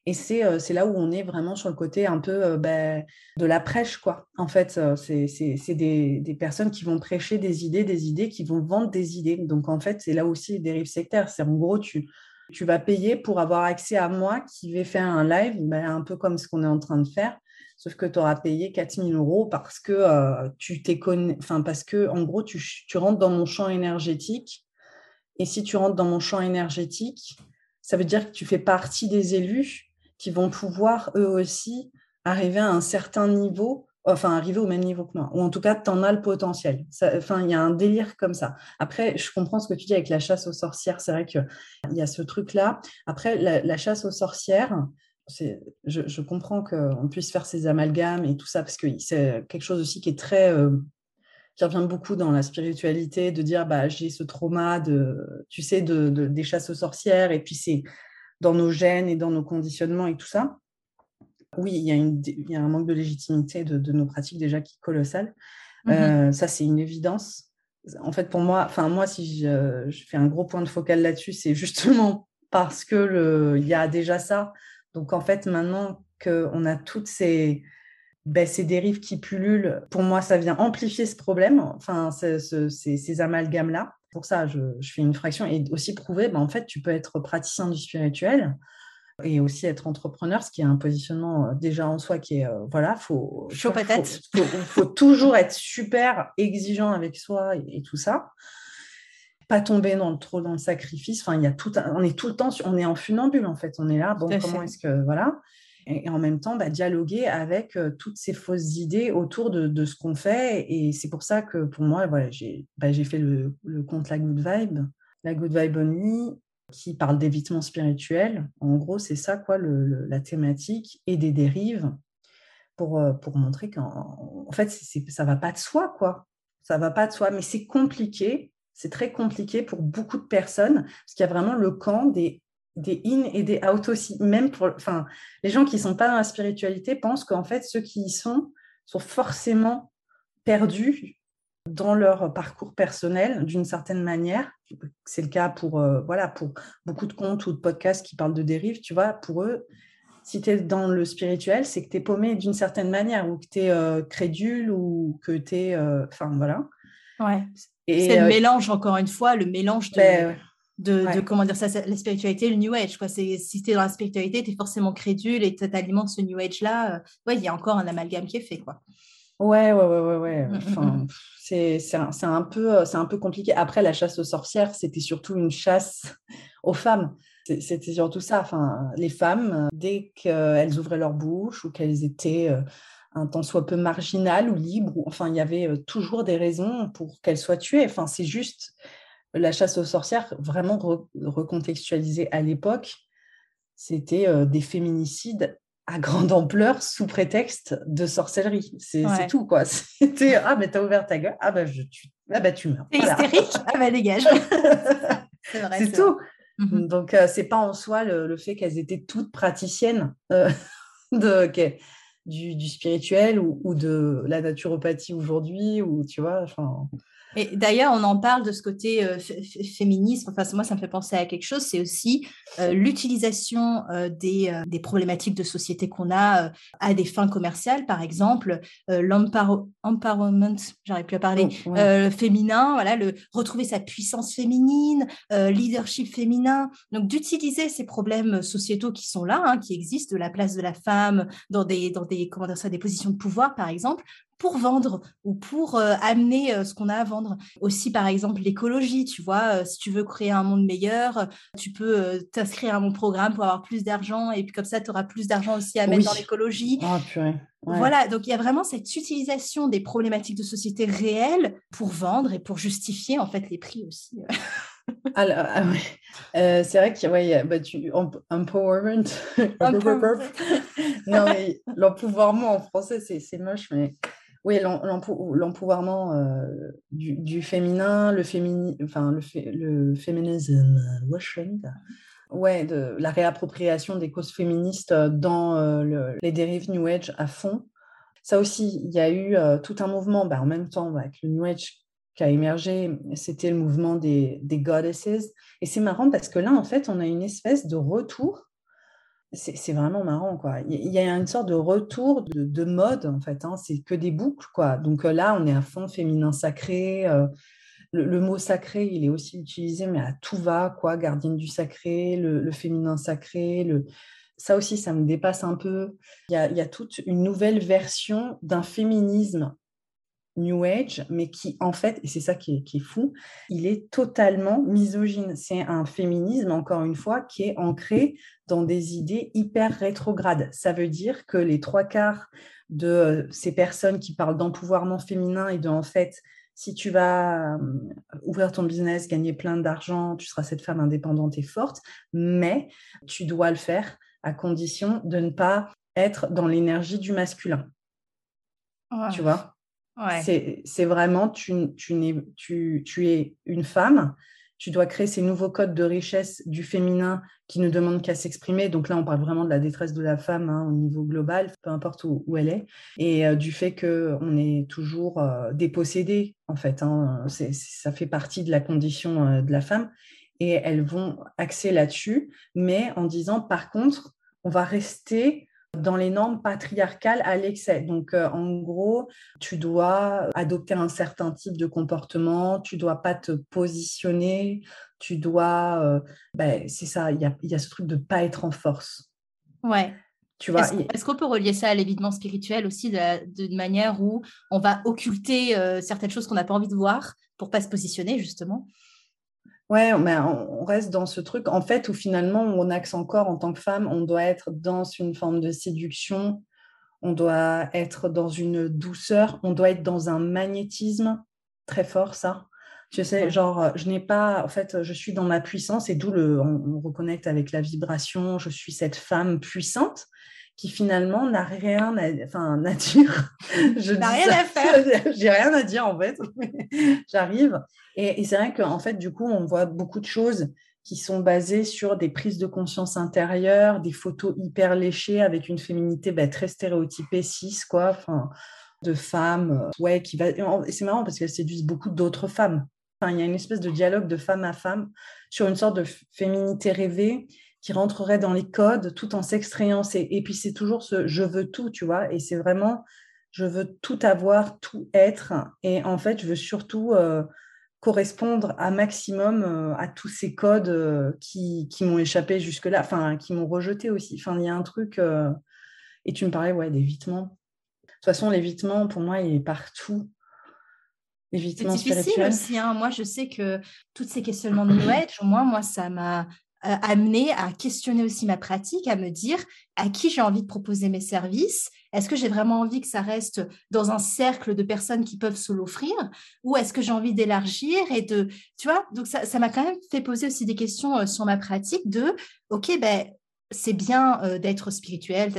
Et c'est là où on est vraiment sur le côté un peu de la prêche, quoi. En fait, c'est des personnes qui vont prêcher des idées, qui vont vendre des idées. Donc, en fait, c'est là aussi les dérives sectaires. C'est en gros, tu vas payer pour avoir accès à moi qui vais faire un live, un peu comme ce qu'on est en train de faire, sauf que tu auras payé 4 000 € parce que tu t'es enfin, parce que, en gros, tu rentres dans mon champ énergétique. Et si tu rentres dans mon champ énergétique, ça veut dire que tu fais partie des élus qui vont pouvoir, eux aussi, arriver à un certain niveau, enfin, arriver au même niveau que moi. Ou en tout cas, tu en as le potentiel. Enfin, il y a un délire comme ça. Après, je comprends ce que tu dis avec la chasse aux sorcières. C'est vrai qu'il y a ce truc-là. Après, la chasse aux sorcières, je comprends qu'on puisse faire ces amalgames et tout ça, parce que c'est quelque chose aussi qui est très... qui revient beaucoup dans la spiritualité, de dire j'ai ce trauma tu sais, des chasses aux sorcières, et puis c'est dans nos gènes et dans nos conditionnements et tout ça. Oui, il y a un manque de légitimité de nos pratiques déjà qui est colossal. Ça, c'est une évidence. En fait, pour moi, si je fais un gros point de focal là-dessus, c'est justement parce que il y a déjà ça. Donc, en fait, maintenant qu'on a toutes ces dérives qui pullulent, pour moi, ça vient amplifier ce problème, enfin, ces amalgames-là. Pour ça, je fais une fraction et aussi prouver, en fait, tu peux être praticien du spirituel et aussi être entrepreneur, ce qui est un positionnement déjà en soi qui est, voilà, Chaud patate. faut toujours être super exigeant avec soi et tout ça. Pas tomber trop dans le sacrifice. Enfin, on est tout le temps, on est en funambule, en fait. On est là, comment est-ce que, voilà. Et en même temps, dialoguer avec toutes ces fausses idées autour de ce qu'on fait. Et c'est pour ça que pour moi, voilà, j'ai fait le compte La Good Vibe Only, qui parle d'évitement spirituel. En gros, c'est ça, quoi, la thématique, et des dérives pour montrer qu'en fait, ça va pas de soi, quoi. Ça va pas de soi, mais c'est compliqué. C'est très compliqué pour beaucoup de personnes, parce qu'il y a vraiment le camp des in et des out aussi. Même les gens qui ne sont pas dans la spiritualité pensent qu'en fait, ceux qui y sont forcément perdus dans leur parcours personnel d'une certaine manière. C'est le cas pour beaucoup de comptes ou de podcasts qui parlent de dérives, tu vois. Pour eux, si tu es dans le spirituel, c'est que tu es paumé d'une certaine manière, ou que tu es crédule, ou que tu es... Enfin, voilà. Ouais. C'est le mélange, encore une fois, le mélange de comment dire ça, la spiritualité, le New Age, quoi. Si tu es dans la spiritualité, tu es forcément crédule et tu alimentes ce New Age-là. Il y a encore un amalgame qui est fait, quoi. Ouais. Enfin, c'est un peu compliqué. Après, la chasse aux sorcières, c'était surtout une chasse aux femmes. C'était surtout ça. Enfin, les femmes, dès qu'elles ouvraient leur bouche, ou qu'elles étaient un tant soit peu marginales ou libres, enfin, il y avait toujours des raisons pour qu'elles soient tuées. Enfin, c'est juste la chasse aux sorcières, vraiment recontextualisée à l'époque. C'était des féminicides à grande ampleur sous prétexte de sorcellerie. C'est tout, quoi. C'était mais t'as ouvert ta gueule, je tue. Tu meurs. C'est hystérique, dégage. C'est vrai. C'est tout. Vrai. Donc, c'est pas en soi le fait qu'elles étaient toutes praticiennes du spirituel ou de la naturopathie aujourd'hui, ou tu vois, enfin... Et d'ailleurs, on en parle de ce côté féminisme. Enfin, moi, ça me fait penser à quelque chose. C'est aussi l'utilisation des problématiques de société qu'on a à des fins commerciales. Par exemple, l'empowerment, j'arrive plus à parler, féminin, voilà, retrouver sa puissance féminine, leadership féminin. Donc, d'utiliser ces problèmes sociétaux qui sont là, qui existent, de la place de la femme dans des comment dire ça, des positions de pouvoir, par exemple, pour vendre ou pour amener ce qu'on a à vendre. Aussi, par exemple, l'écologie, tu vois, si tu veux créer un monde meilleur, tu peux t'inscrire à mon programme pour avoir plus d'argent, et puis comme ça, tu auras plus d'argent aussi à mettre dans l'écologie. Oh, purée. Ouais. Voilà, donc il y a vraiment cette utilisation des problématiques de société réelles pour vendre et pour justifier en fait les prix aussi. Alors, c'est vrai qu'il y a empowerment. Non, mais l'empouvoirment en français, c'est moche, mais oui, l'empouvoirment du féminin, le féminisme washing. Ouais, de la réappropriation des causes féministes dans les dérives New Age à fond. Ça aussi, il y a eu tout un mouvement, en même temps avec le New Age qui a émergé, c'était le mouvement des goddesses. Et c'est marrant parce que là, en fait, on a une espèce de retour C'est vraiment marrant, quoi. Il y a une sorte de retour de mode, en fait, hein. C'est que des boucles, quoi. Donc là, on est à fond féminin sacré. Le mot sacré, il est aussi utilisé, mais à tout va, quoi. Gardienne du sacré, le féminin sacré. Ça aussi, ça me dépasse un peu. Il y a toute une nouvelle version d'un féminisme New Age, mais qui, en fait, et c'est ça qui est fou, il est totalement misogyne. C'est un féminisme, encore une fois, qui est ancré dans des idées hyper rétrogrades. Ça veut dire que les trois quarts de ces personnes qui parlent d'empouvoirment féminin et de, en fait, si tu vas ouvrir ton business, gagner plein d'argent, tu seras cette femme indépendante et forte, mais tu dois le faire à condition de ne pas être dans l'énergie du masculin. Tu Ouais. vois? Ouais. C'est vraiment, tu es une femme, tu dois créer ces nouveaux codes de richesse du féminin qui ne demandent qu'à s'exprimer. Donc là, on parle vraiment de la détresse de la femme, hein, au niveau global, peu importe où elle est, et du fait qu'on est toujours dépossédé, en fait, hein. Ça fait partie de la condition de la femme. Et elles vont axer là-dessus, mais en disant, par contre, on va rester dans les normes patriarcales à l'excès. Donc, en gros, tu dois adopter un certain type de comportement, tu dois pas te positionner, tu dois... c'est ça, il y a ce truc de pas être en force. Ouais. Tu vois, Est-ce qu'on peut relier ça à l'évitement spirituel aussi, d'une manière où on va occulter certaines choses qu'on n'a pas envie de voir pour pas se positionner, justement? ouais, mais on reste dans ce truc, en fait, où finalement, on axe encore en tant que femme, on doit être dans une forme de séduction, on doit être dans une douceur, on doit être dans un magnétisme très fort, ça. Tu sais, Ouais. genre, je n'ai pas, en fait, je suis dans ma puissance et d'où on reconnecte avec la vibration, je suis cette femme puissante qui finalement n'a rien à dire. Je N'a dis rien ça, à faire. j'ai rien à dire en fait, mais j'arrive. Et c'est vrai qu'en fait, du coup, on voit beaucoup de choses qui sont basées sur des prises de conscience intérieures, des photos hyper léchées avec une féminité très stéréotypée, cis, quoi, enfin, de femmes, ouais, qui va. Et c'est marrant parce qu'elles séduisent beaucoup d'autres femmes. Enfin, il y a une espèce de dialogue de femme à femme sur une sorte de féminité rêvée qui rentrerait dans les codes tout en s'extrayant. Et puis c'est toujours ce je veux tout, tu vois, et c'est vraiment je veux tout avoir, tout être. Et en fait, je veux surtout correspondre à maximum à tous ces codes qui m'ont échappé jusque-là, enfin, qui m'ont rejeté aussi. Enfin, il y a un truc, et tu me parlais, ouais, d'évitement. De toute façon, l'évitement, pour moi, il est partout. C'est L'évitement difficile spirituel. aussi, hein. Moi, je sais que tous ces questionnements de New Age, moi, ça m'a amené à questionner aussi ma pratique, à me dire à qui j'ai envie de proposer mes services. Est-ce que j'ai vraiment envie que ça reste dans un cercle de personnes qui peuvent se l'offrir, ou est-ce que j'ai envie d'élargir et de, tu vois, donc ça m'a quand même fait poser aussi des questions sur ma pratique de, ok, ben c'est bien d'être spirituel,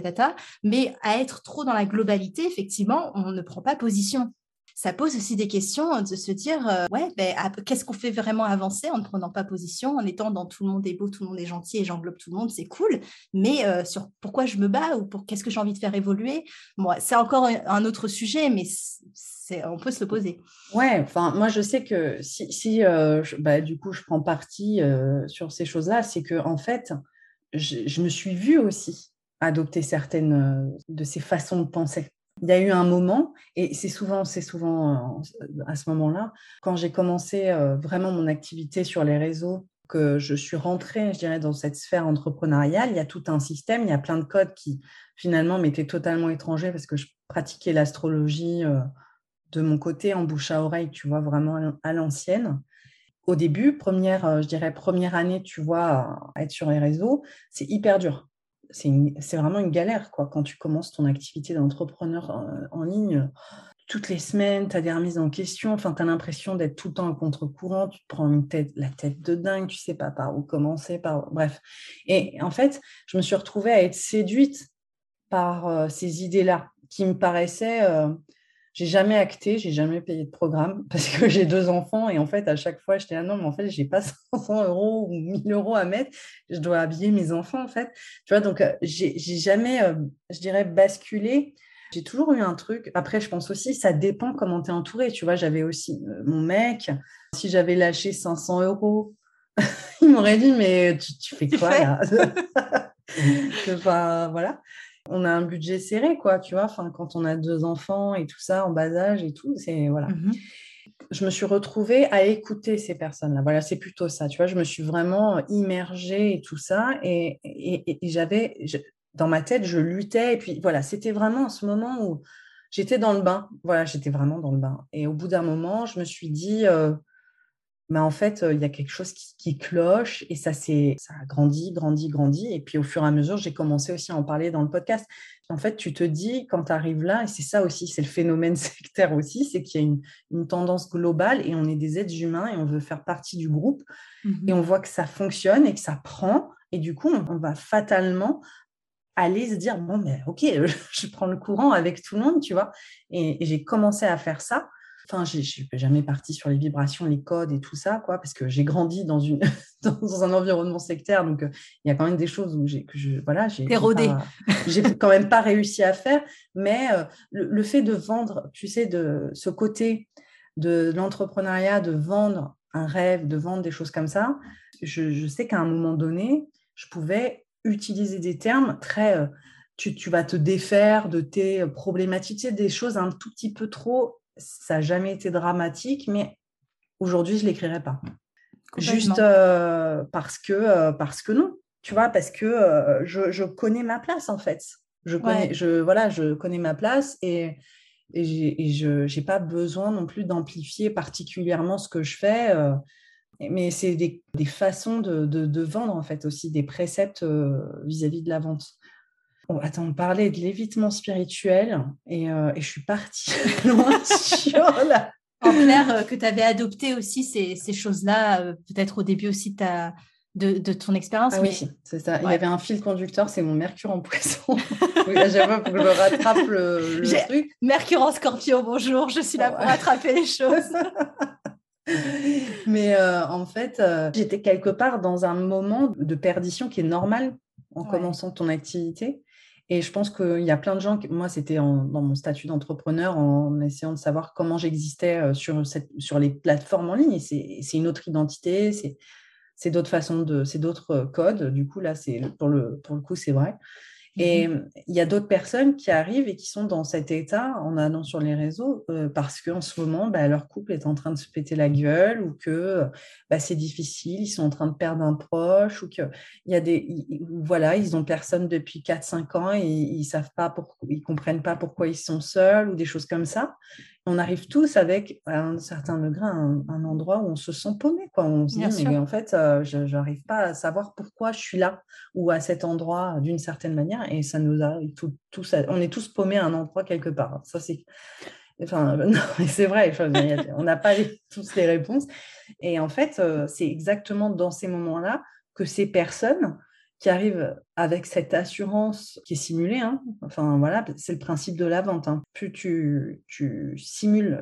mais à être trop dans la globalité, effectivement, on ne prend pas position. Ça pose aussi des questions de se dire, ouais, qu'est-ce qu'on fait vraiment avancer en ne prenant pas position, en étant dans tout le monde est beau, tout le monde est gentil et j'englobe tout le monde, c'est cool, mais sur pourquoi je me bats ou pour qu'est-ce que j'ai envie de faire évoluer, moi, c'est encore un autre sujet, mais on peut se le poser. Ouais, enfin, moi, je sais que si du coup, je prends parti sur ces choses-là, c'est que, en fait, je me suis vue aussi adopter certaines de ces façons de penser. Il y a eu un moment, et c'est souvent à ce moment-là, quand j'ai commencé vraiment mon activité sur les réseaux, que je suis rentrée, je dirais, dans cette sphère entrepreneuriale, il y a tout un système, il y a plein de codes qui finalement m'étaient totalement étrangers parce que je pratiquais l'astrologie de mon côté en bouche à oreille, tu vois, vraiment à l'ancienne. Au début, je dirais première année, tu vois, à être sur les réseaux, c'est hyper dur. C'est vraiment une galère, quoi. Quand tu commences ton activité d'entrepreneur en ligne, toutes les semaines, tu as des remises en question, enfin, tu as l'impression d'être tout le temps à contre-courant, tu te prends la tête de dingue, tu sais pas par où commencer, bref. Et en fait, je me suis retrouvée à être séduite par ces idées-là qui me paraissaient... j'ai jamais acté, j'ai jamais payé de programme parce que j'ai deux enfants et en fait, à chaque fois, j'étais là, non, mais en fait, j'ai pas 500 euros ou 1000 euros à mettre, je dois habiller mes enfants en fait. Tu vois, donc j'ai jamais, je dirais, basculé. J'ai toujours eu un truc. Après, je pense aussi, ça dépend comment tu es entouré. Tu vois, j'avais aussi mon mec. Si j'avais lâché 500 euros, il m'aurait dit, mais tu fais Tu quoi fais? là? Enfin, voilà. On a un budget serré, quoi, tu vois. Enfin, quand on a 2 enfants et tout ça, en bas âge et tout, c'est voilà. Mhm. Je me suis retrouvée à écouter ces personnes-là. Voilà, c'est plutôt ça, tu vois. Je me suis vraiment immergée et tout ça. Et dans ma tête, je luttais. Et puis voilà, c'était vraiment ce moment où j'étais dans le bain. Voilà, j'étais vraiment dans le bain. Et au bout d'un moment, je me suis dit, mais en fait, il y a quelque chose qui cloche et ça a grandi, grandi, grandi. Et puis au fur et à mesure, j'ai commencé aussi à en parler dans le podcast. En fait, tu te dis, quand tu arrives là, et c'est ça aussi, c'est le phénomène sectaire aussi, c'est qu'il y a une tendance globale et on est des êtres humains et on veut faire partie du groupe et Mhm. on voit que ça fonctionne et que ça prend. Et du coup, on va fatalement aller se dire, bon, mais ok, je prends le courant avec tout le monde, tu vois. Et j'ai commencé à faire ça. Enfin, je ne suis jamais partie sur les vibrations, les codes et tout ça, quoi, parce que j'ai grandi dans un environnement sectaire. Donc, il y a quand même des choses où voilà, T'es rodé. j'ai quand même pas réussi à faire. Mais le fait de vendre, tu sais, de ce côté de l'entrepreneuriat, de vendre un rêve, de vendre des choses comme ça, je sais qu'à un moment donné, je pouvais utiliser des termes très... tu vas te défaire de tes problématiques, tu sais, des choses un tout petit peu trop... Ça n'a jamais été dramatique, mais aujourd'hui, je ne l'écrirai pas. Juste Complètement. parce que non, tu vois, parce que je connais ma place, en fait. Ouais. Voilà, je connais ma place et je n'ai pas besoin non plus d'amplifier particulièrement ce que je fais. Mais c'est des façons de vendre, en fait, aussi, des préceptes vis-à-vis de la vente. Bon, attends, on parlait de l'évitement spirituel et je suis partie loin sur la... En clair, que tu avais adopté aussi ces choses-là, peut-être au début aussi de ton expérience, Ah oui, mais c'est ça. Il y ouais. avait un fil conducteur, c'est mon Mercure en Poisson. Oui, à chaque fois, il faut que je rattrape le J'ai truc. Mercure en Scorpion, bonjour, je suis là pour Ouais. attraper les choses. Mais en fait, j'étais quelque part dans un moment de perdition qui est normal en Ouais. commençant ton activité. Et je pense qu'il y a plein de gens, moi, c'était dans mon statut d'entrepreneur, en essayant de savoir comment j'existais sur les plateformes en ligne. Et c'est une autre identité, c'est d'autres façons c'est d'autres codes. Du coup, là, pour le coup, c'est vrai. Et Mhm. il y a d'autres personnes qui arrivent et qui sont dans cet état en allant sur les réseaux parce qu'en ce moment, bah, leur couple est en train de se péter la gueule ou que bah, c'est difficile, ils sont en train de perdre un proche ou que il y a voilà, ils ont personne depuis 4 5 ans et ils savent pas ils comprennent pas pourquoi ils sont seuls ou des choses comme ça. On arrive tous avec à un certain degré un endroit où on se sent paumé, quoi. On se Bien dit, sûr. mais en fait, je n'arrive pas à savoir pourquoi je suis là ou à cet endroit d'une certaine manière. Et ça nous arrive on est tous paumés à un endroit quelque part. Ça, c'est, enfin, non, mais c'est vrai. Enfin, on n'a pas tous les réponses. Et en fait, c'est exactement dans ces moments-là que ces personnes qui arrivent avec cette assurance qui est simulée, hein, enfin voilà, c'est le principe de la vente. Hein. Plus tu simules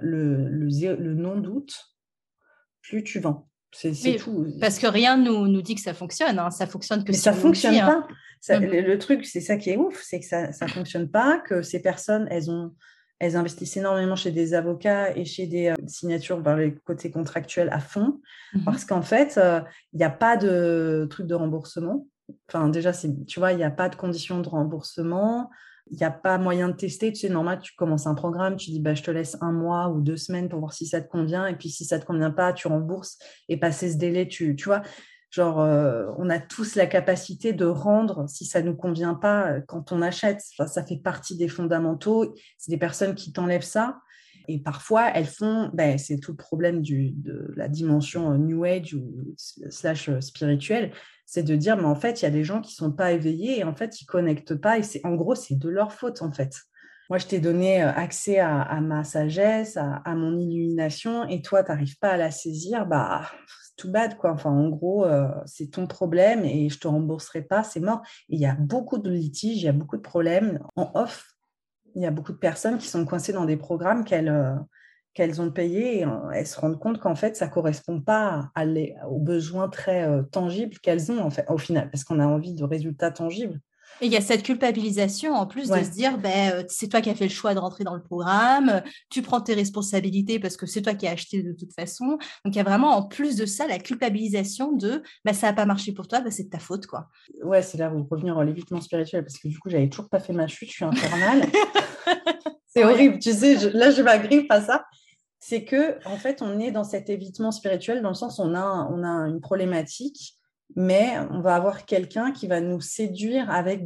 le non-doute, plus tu vends. C'est Oui, tout. parce que rien nous dit que ça fonctionne, hein. Ça fonctionne que Mais si ça on nous le dit, fonctionne hein. pas. Mhm. Le truc, c'est ça qui est ouf, c'est que ça fonctionne pas, que ces personnes, elles investissent énormément chez des avocats et chez des signatures par les côtés contractuels à fond, parce Mhm. qu'en fait, il n'y a pas de truc de remboursement. Enfin, déjà, tu vois, il n'y a pas de conditions de remboursement. Il n'y a pas moyen de tester. Tu sais, normal, tu commences un programme, tu dis, bah, je te laisse 1 mois ou 2 semaines pour voir si ça te convient. Et puis, si ça ne te convient pas, tu rembourses. Et passé ce délai, tu vois, genre, on a tous la capacité de rendre si ça ne nous convient pas quand on achète. Enfin, ça fait partie des fondamentaux. C'est des personnes qui t'enlèvent ça. Et parfois, elles font, ben, c'est tout le problème de la dimension New Age ou slash spirituelle, c'est de dire, mais en fait, il y a des gens qui ne sont pas éveillés et en fait, ils ne connectent pas. Et en gros, c'est de leur faute, en fait. Moi, je t'ai donné accès à ma sagesse, à mon illumination, et toi, tu n'arrives pas à la saisir, bah, c'est tout bad, quoi. Enfin, en gros, c'est ton problème et je ne te rembourserai pas, c'est mort. Et il y a beaucoup de litiges, il y a beaucoup de problèmes en off. Il y a beaucoup de personnes qui sont coincées dans des programmes qu'elles ont payés et elles se rendent compte qu'en fait, ça ne correspond pas aux besoins très tangibles qu'elles ont, en fait, au final, parce qu'on a envie de résultats tangibles. Et il y a cette culpabilisation en plus de se Ouais, dire, c'est toi qui as fait le choix de rentrer dans le programme, tu prends tes responsabilités parce que c'est toi qui as acheté de toute façon. Donc il y a vraiment en plus de ça la culpabilisation de ça n'a pas marché pour toi, c'est de ta faute quoi. ouais, c'est là où revenir à l'évitement spirituel, parce que du coup, j'avais toujours pas fait ma chute, je suis infernale. C'est Ouais. horrible, tu sais, là, je m'agrippe à ça. C'est que, en fait, on est dans cet évitement spirituel, dans le sens où on a une problématique, mais on va avoir quelqu'un qui va nous séduire avec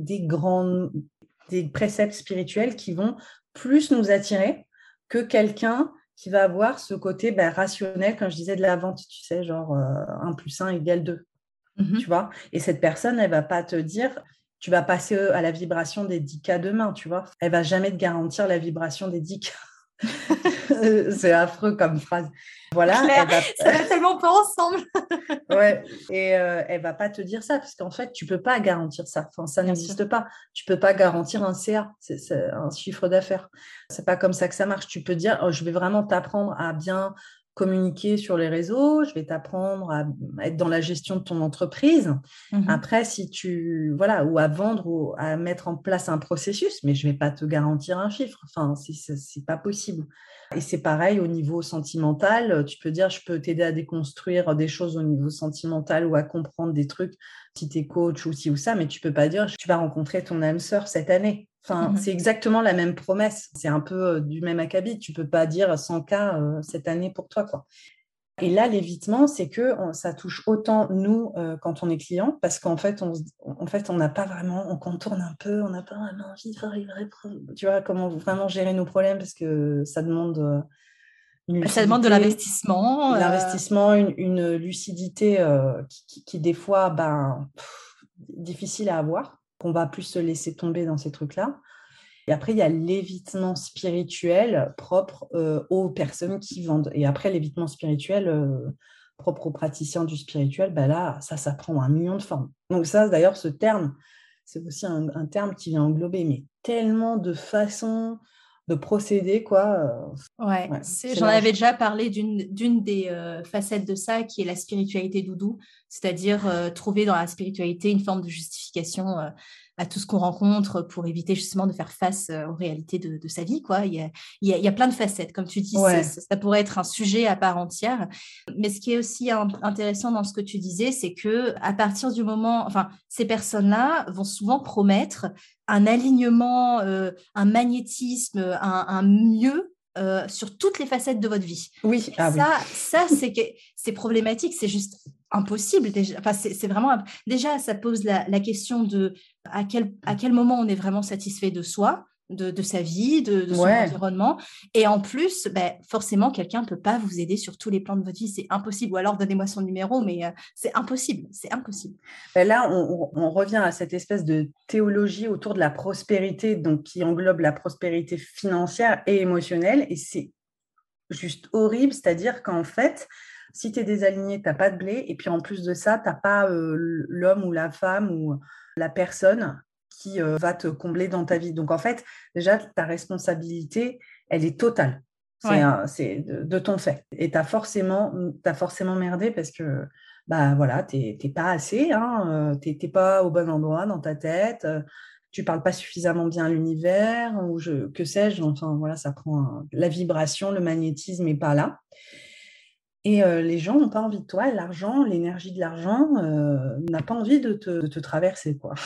des préceptes spirituels qui vont plus nous attirer que quelqu'un qui va avoir ce côté rationnel, comme je disais, de la vente, tu sais, genre 1 plus 1 égale 2, tu Mhm. vois. Et cette personne, elle va pas te dire, tu vas passer à la vibration des 10K demain, tu vois. Elle va jamais te garantir la vibration des 10K. C'est affreux comme phrase. Voilà, Claire, elle va, ça va tellement pas ensemble. ouais, et elle va pas te dire ça parce qu'en fait, tu peux pas garantir ça. Enfin, ça Bien sûr. n'existe pas. Tu peux pas garantir un CA, c'est un chiffre d'affaires. C'est pas comme ça que ça marche. Tu peux dire, oh, je vais vraiment t'apprendre à bien communiquer sur les réseaux, je vais t'apprendre à être dans la gestion de ton entreprise. Mhm. Après, si tu, voilà, ou à vendre ou à mettre en place un processus, mais je vais pas te garantir un chiffre. Enfin, c'est pas possible. Et c'est pareil au niveau sentimental. Tu peux dire, je peux t'aider à déconstruire des choses au niveau sentimental ou à comprendre des trucs si tu es coach ou ci ou ça, mais tu peux pas dire, tu vas rencontrer ton âme sœur cette année. Enfin, c'est Mhm. exactement la même promesse. C'est un peu du même acabit. Tu peux pas dire 100K cette année pour toi, quoi. Et là, l'évitement, c'est que ça touche autant nous quand on est client, parce qu'en fait, on n'a pas vraiment, on contourne un peu, on n'a pas vraiment envie de faire les vrais problèmes. Tu vois, comment vraiment gérer nos problèmes, parce que ça demande une Ça demande de lucidité, l'investissement. de l'investissement, une lucidité qui, des fois, difficile à avoir, qu'on va plus se laisser tomber dans ces trucs-là. Et après, il y a l'évitement spirituel propre aux personnes qui vendent. Et après, l'évitement spirituel propre aux praticiens du spirituel, là, ça prend 1 million de formes. Donc ça, d'ailleurs, ce terme, c'est aussi un terme qui vient englober mais tellement de façons de procéder, quoi. Ouais, Ouais, c'est j'en avais large. déjà parlé d'une des facettes de ça qui est la spiritualité doudou, c'est-à-dire trouver dans la spiritualité une forme de justification à tout ce qu'on rencontre pour éviter justement de faire face aux réalités de sa vie, quoi. Il y a plein de facettes, comme tu dis, Ouais, ça pourrait être un sujet à part entière. Mais ce qui est aussi intéressant dans ce que tu disais, c'est que à partir du moment, enfin, ces personnes-là vont souvent promettre un alignement, un magnétisme, un mieux sur toutes les facettes de votre vie. oui, Et ah oui. ça c'est problématique, c'est juste impossible. Déjà. Enfin, c'est vraiment déjà ça pose la question de à quel moment on est vraiment satisfait de soi, de sa vie, de son Ouais. environnement. Et en plus, forcément, quelqu'un ne peut pas vous aider sur tous les plans de votre vie. C'est impossible. Ou alors, donnez-moi son numéro, mais c'est impossible. C'est impossible. Là, on revient à cette espèce de théologie autour de la prospérité, donc qui englobe la prospérité financière et émotionnelle. Et c'est juste horrible, c'est-à-dire qu'en fait, si tu es désaligné, tu n'as pas de blé, et puis en plus de ça, tu n'as pas l'homme ou la femme ou la personne qui va te combler dans ta vie. Donc en fait, déjà, ta responsabilité, elle est totale. Ouais. C'est de ton fait. Et t'as forcément merdé parce que voilà, t'es pas assez, hein, t'es pas au bon endroit dans ta tête, tu parles pas suffisamment bien l'univers, ou que sais-je, enfin voilà, ça prend la vibration, le magnétisme n'est pas là. Et les gens n'ont pas envie de toi, l'argent, l'énergie de l'argent n'a pas envie de te traverser, quoi.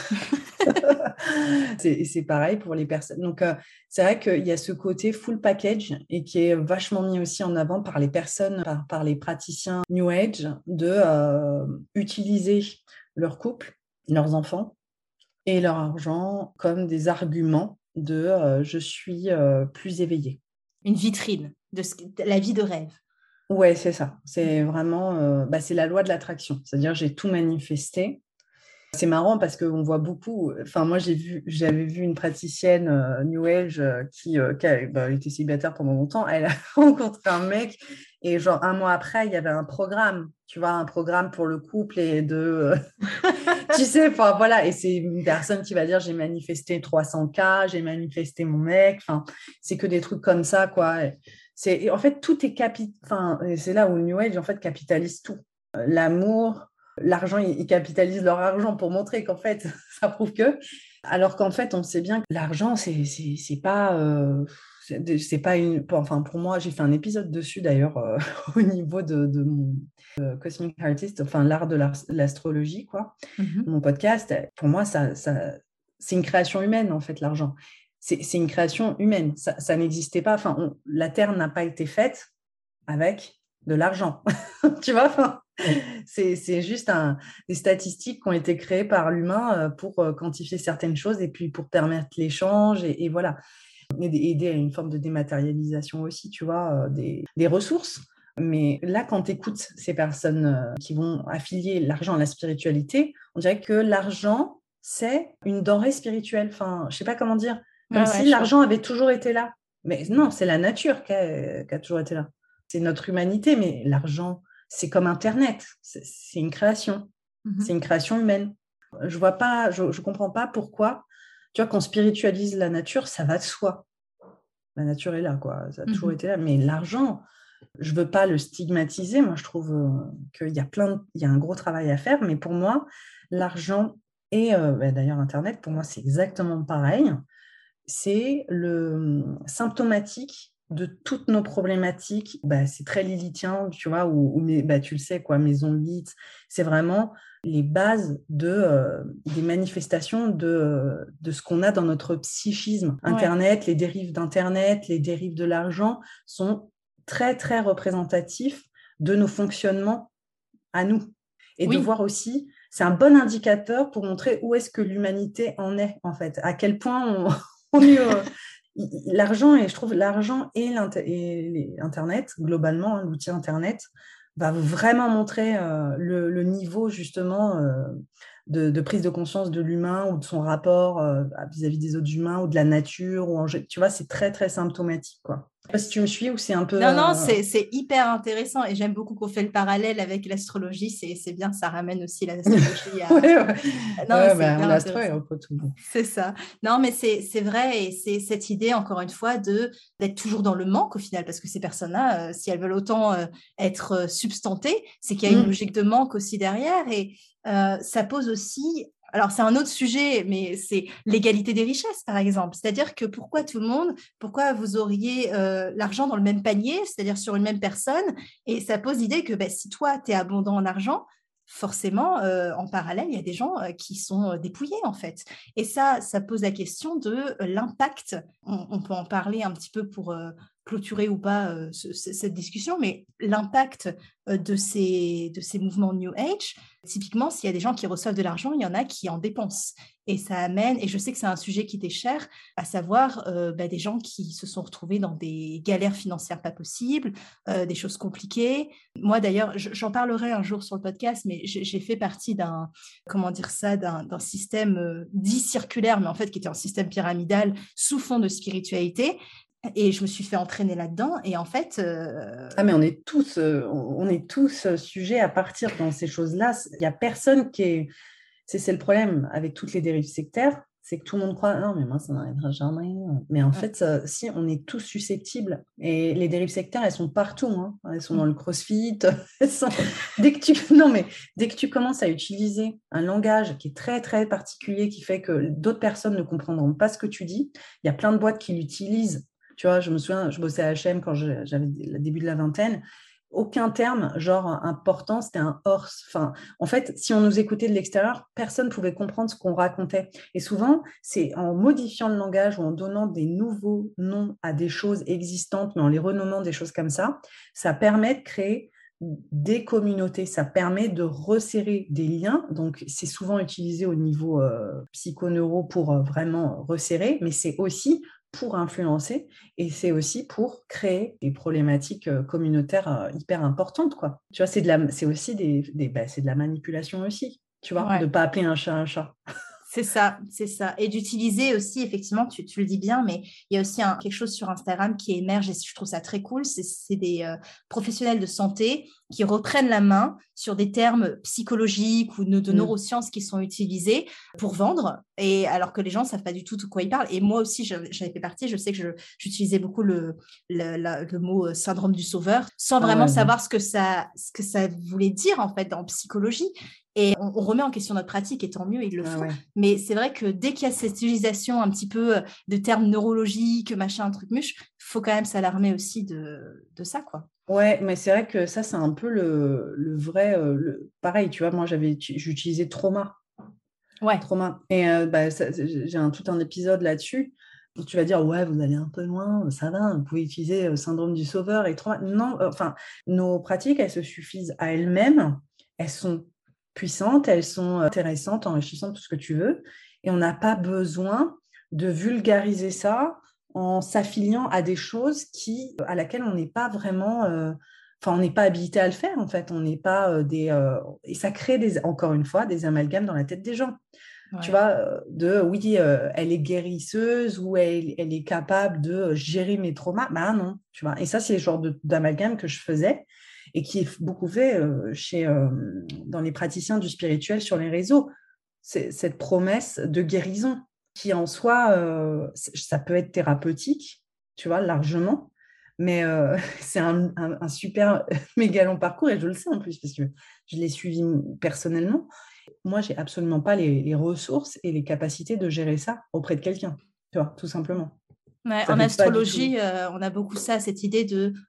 C'est pareil pour les personnes. Donc, c'est vrai qu'il y a ce côté full package et qui est vachement mis aussi en avant par les personnes, par les praticiens New Age, de utiliser leur couple, leurs enfants et leur argent comme des arguments de je suis plus éveillée. Une vitrine de la vie de rêve. Ouais, c'est ça. C'est vraiment, c'est la loi de l'attraction. C'est-à-dire, j'ai tout manifesté. C'est marrant parce qu'on voit beaucoup. Enfin, moi, j'avais vu une praticienne New Age elle était célibataire pendant longtemps. Elle a rencontré un mec et genre 1 mois après, il y avait un programme, tu vois, un programme pour le couple et tu sais, enfin voilà. Et c'est une personne qui va dire j'ai manifesté 300K, j'ai manifesté mon mec. Enfin, c'est que des trucs comme ça, quoi. En fait, tout est enfin, c'est là où le New Age en fait capitalise tout. L'amour, l'argent, ils capitalisent leur argent pour montrer qu'en fait, ça prouve que. Alors qu'en fait, on sait bien que l'argent, c'est pas. C'est pas une. Enfin, pour moi, j'ai fait un épisode dessus d'ailleurs au niveau de mon Cosmic Artist, enfin, l'art de l'astrologie, quoi. Mon podcast, pour moi, c'est une création humaine, en fait, l'argent. C'est une création humaine. Ça n'existait pas. Enfin, la Terre n'a pas été faite avec de l'argent. Tu vois, enfin, c'est juste des statistiques qui ont été créées par l'humain pour quantifier certaines choses et puis pour permettre l'échange et voilà. Et aider à une forme de dématérialisation aussi, tu vois, des ressources. Mais là, quand tu écoutes ces personnes qui vont affilier l'argent à la spiritualité, on dirait que l'argent, c'est une denrée spirituelle. Enfin, je sais pas comment dire. Comme si l'argent avait toujours été là. Mais non, c'est la nature qui a toujours été là. C'est notre humanité, mais l'argent, c'est comme Internet. C'est une création. C'est une création humaine. Je vois pas, je comprends pas pourquoi. Tu vois, qu'on spiritualise la nature, ça va de soi. La nature est là, quoi. Ça a toujours été là. Mais l'argent, je veux pas le stigmatiser. Moi, je trouve qu'il y a un gros travail à faire. Mais pour moi, l'argent et d'ailleurs Internet, pour moi, c'est exactement pareil. C'est le symptomatique de toutes nos problématiques. C'est très lilithien, tu vois, tu le sais, quoi, maison Lilith. C'est vraiment les bases des manifestations de ce qu'on a dans notre psychisme. Internet, les dérives d'Internet, les dérives de l'argent sont très, très représentatifs de nos fonctionnements à nous. Et de voir aussi, c'est un bon indicateur pour montrer où est-ce que l'humanité en est, en fait. À quel point on est... l'argent, et je trouve l'argent et Internet, globalement, hein, l'outil Internet, va vraiment montrer le niveau, justement, de prise de conscience de l'humain ou de son rapport vis-à-vis des autres humains ou de la nature. Tu vois, c'est très, très symptomatique, quoi. Je sais pas si tu me suis ou c'est un peu... Non, c'est hyper intéressant et j'aime beaucoup qu'on fait le parallèle avec l'astrologie. C'est bien, ça ramène aussi l'astrologie à... on est astro et un peu tout. C'est ça. Non, mais c'est vrai et c'est cette idée, encore une fois, d'être toujours dans le manque au final, parce que ces personnes-là, si elles veulent autant être substantées, c'est qu'il y a une logique de manque aussi derrière et ça pose aussi... Alors, c'est un autre sujet, mais c'est l'égalité des richesses, par exemple. C'est-à-dire que pourquoi vous auriez l'argent dans le même panier, c'est-à-dire sur une même personne, et ça pose l'idée que si toi, tu es abondant en argent, forcément, en parallèle, il y a des gens qui sont dépouillés, en fait. Et ça pose la question de l'impact. On peut en parler un petit peu pour clôturer ou pas cette discussion, mais l'impact de ces mouvements New Age, typiquement, s'il y a des gens qui reçoivent de l'argent, il y en a qui en dépensent. Et ça amène, et je sais que c'est un sujet qui t'est cher, à savoir des gens qui se sont retrouvés dans des galères financières pas possibles, des choses compliquées. Moi, d'ailleurs, j'en parlerai un jour sur le podcast, mais j'ai fait partie d'un système dit circulaire, mais en fait qui était un système pyramidal sous fond de spiritualité. Et je me suis fait entraîner là-dedans. Et en fait... mais on est tous sujets à partir dans ces choses-là. Il n'y a personne qui est... C'est le problème avec toutes les dérives sectaires, c'est que tout le monde croit, non, mais moi, ça n'arrivera jamais. Mais en fait, si, on est tous susceptibles. Et les dérives sectaires, elles sont partout. Hein. Elles sont dans le crossfit. Dès que tu commences à utiliser un langage qui est très, très particulier, qui fait que d'autres personnes ne comprendront pas ce que tu dis, il y a plein de boîtes qui l'utilisent. Tu vois, je me souviens, je bossais à H&M quand j'avais le début de la vingtaine. Aucun terme, genre important, c'était un horse. Enfin, en fait, si on nous écoutait de l'extérieur, personne ne pouvait comprendre ce qu'on racontait. Et souvent, c'est en modifiant le langage ou en donnant des nouveaux noms à des choses existantes, mais en les renommant des choses comme ça permet de créer des communautés, ça permet de resserrer des liens. Donc, c'est souvent utilisé au niveau psychoneuro pour vraiment resserrer, mais c'est aussi pour influencer et c'est aussi pour créer des problématiques communautaires hyper importantes, quoi. Tu vois, c'est aussi c'est de la manipulation aussi, tu vois, de ne pas appeler un chat un chat. C'est ça. Et d'utiliser aussi, effectivement, tu le dis bien, mais il y a aussi quelque chose sur Instagram qui émerge et je trouve ça très cool, c'est des professionnels de santé qui reprennent la main sur des termes psychologiques ou de neurosciences qui sont utilisés pour vendre, et alors que les gens ne savent pas du tout de quoi ils parlent. Et moi aussi, j'en ai fait partie, je sais que j'utilisais beaucoup le mot syndrome du sauveur, sans vraiment savoir ce que ça voulait dire en fait en psychologie. Et on remet en question notre pratique, et tant mieux, ils le font. Mais c'est vrai que dès qu'il y a cette utilisation un petit peu de termes neurologiques, machin, un truc muche, il faut quand même s'alarmer aussi de ça, quoi. Ouais, mais c'est vrai que ça, c'est un peu le vrai... pareil, tu vois, moi, j'utilisais trauma. Ouais. Trauma. Et j'ai tout un épisode là-dessus. Donc, tu vas dire, ouais, vous allez un peu loin, ça va, vous pouvez utiliser syndrome du sauveur et trauma. Non, enfin, nos pratiques, elles se suffisent à elles-mêmes. Elles sont puissantes, elles sont intéressantes, enrichissantes, tout ce que tu veux. Et on n'a pas besoin de vulgariser ça en s'affiliant à des choses à laquelle on n'est pas vraiment... Enfin, on n'est pas habilité à le faire, en fait. On n'est pas et ça crée, encore une fois, des amalgames dans la tête des gens. Ouais. Tu vois, oui, elle est guérisseuse ou elle est capable de gérer mes traumas. Bah non, tu vois. Et ça, c'est le genre d'amalgame que je faisais et qui est beaucoup fait dans les praticiens du spirituel sur les réseaux. C'est cette promesse de guérison qui, en soi, ça peut être thérapeutique, tu vois, largement. Mais c'est un super méga long parcours, et je le sais en plus, parce que je l'ai suivi personnellement. Moi, j'ai absolument pas les ressources et les capacités de gérer ça auprès de quelqu'un, tu vois, tout simplement. Ouais, en astrologie, on a beaucoup ça, cette idée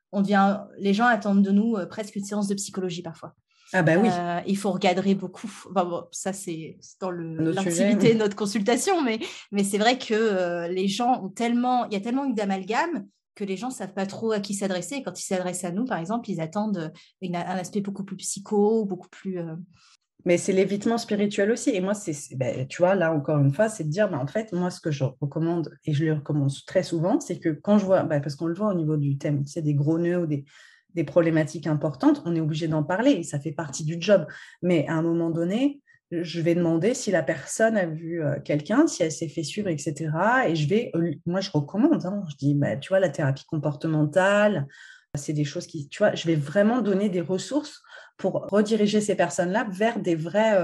les gens attendent de nous presque une séance de psychologie parfois. Ah bah oui. Il faut regarder beaucoup. Enfin, bon, ça, c'est dans l'intimité de notre consultation, mais c'est vrai que les gens il y a tellement eu d'amalgame que les gens ne savent pas trop à qui s'adresser. Et quand ils s'adressent à nous, par exemple, ils attendent un aspect beaucoup plus psycho, beaucoup plus... Mais c'est l'évitement spirituel aussi. Et moi, tu vois, là, encore une fois, c'est de dire, en fait, moi, ce que je recommande, et je le recommande très souvent, c'est que quand je vois, parce qu'on le voit au niveau du thème, tu sais, des gros nœuds ou des problématiques importantes, on est obligé d'en parler, et ça fait partie du job. Mais à un moment donné, je vais demander si la personne a vu quelqu'un, si elle s'est fait suivre, etc. Et moi, je recommande, hein. Je dis, tu vois, la thérapie comportementale, c'est des choses qui, tu vois, je vais vraiment donner des ressources pour rediriger ces personnes-là vers des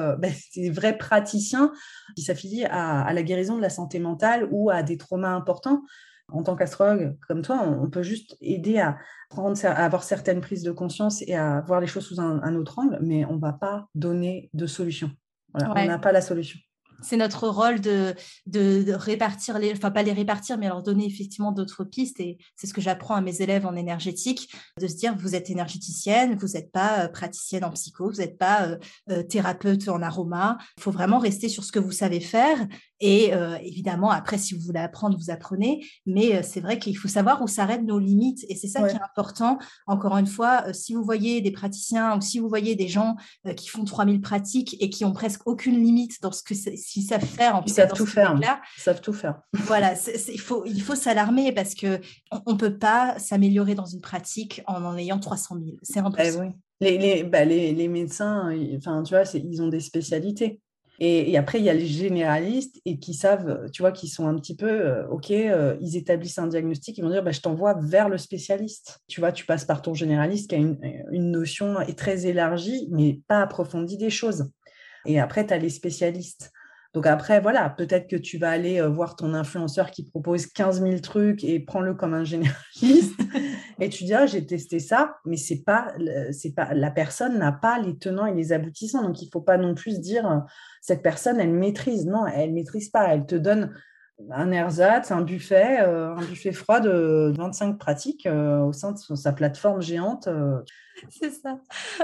vrais praticiens qui s'affilient à la guérison de la santé mentale ou à des traumas importants. En tant qu'astrologue comme toi, on peut juste aider à avoir certaines prises de conscience et à voir les choses sous un autre angle, mais on ne va pas donner de solution. Voilà, Ouais. On n'a pas la solution. C'est notre rôle de répartir enfin pas les répartir, mais leur donner effectivement d'autres pistes. Et c'est ce que j'apprends à mes élèves en énergétique, de se dire, vous êtes énergéticienne, vous n'êtes pas praticienne en psycho, vous n'êtes pas thérapeute en aroma. Il faut vraiment rester sur ce que vous savez faire. Et évidemment, après, si vous voulez apprendre, vous apprenez. Mais c'est vrai qu'il faut savoir où s'arrêtent nos limites. Et c'est ça qui est important. Encore une fois, si vous voyez des praticiens ou si vous voyez des gens qui font 3000 pratiques et qui ont presque aucune limite dans s'ils savent faire, en tout cas dans ce domaine-là. Ils savent tout faire. Voilà, il faut s'alarmer parce qu'on ne peut pas s'améliorer dans une pratique en ayant 300 000. C'est impossible. Oui. Les médecins, tu vois, ils ont des spécialités. Et après, il y a les généralistes et qui savent, tu vois, qui sont un petit peu, ils établissent un diagnostic, ils vont dire, je t'envoie vers le spécialiste. Tu vois, tu passes par ton généraliste qui a une notion très élargie, mais pas approfondie des choses. Et après, tu as les spécialistes. Donc après, voilà, peut-être que tu vas aller voir ton influenceur qui propose 15 000 trucs et prends-le comme un généraliste. Et tu dis, j'ai testé ça, mais c'est pas, la personne n'a pas les tenants et les aboutissants. Donc, il ne faut pas non plus se dire, cette personne, elle maîtrise. Non, elle ne maîtrise pas. Elle te donne un ersatz, un buffet froid de 25 pratiques au sein de sa plateforme géante. C'est ça.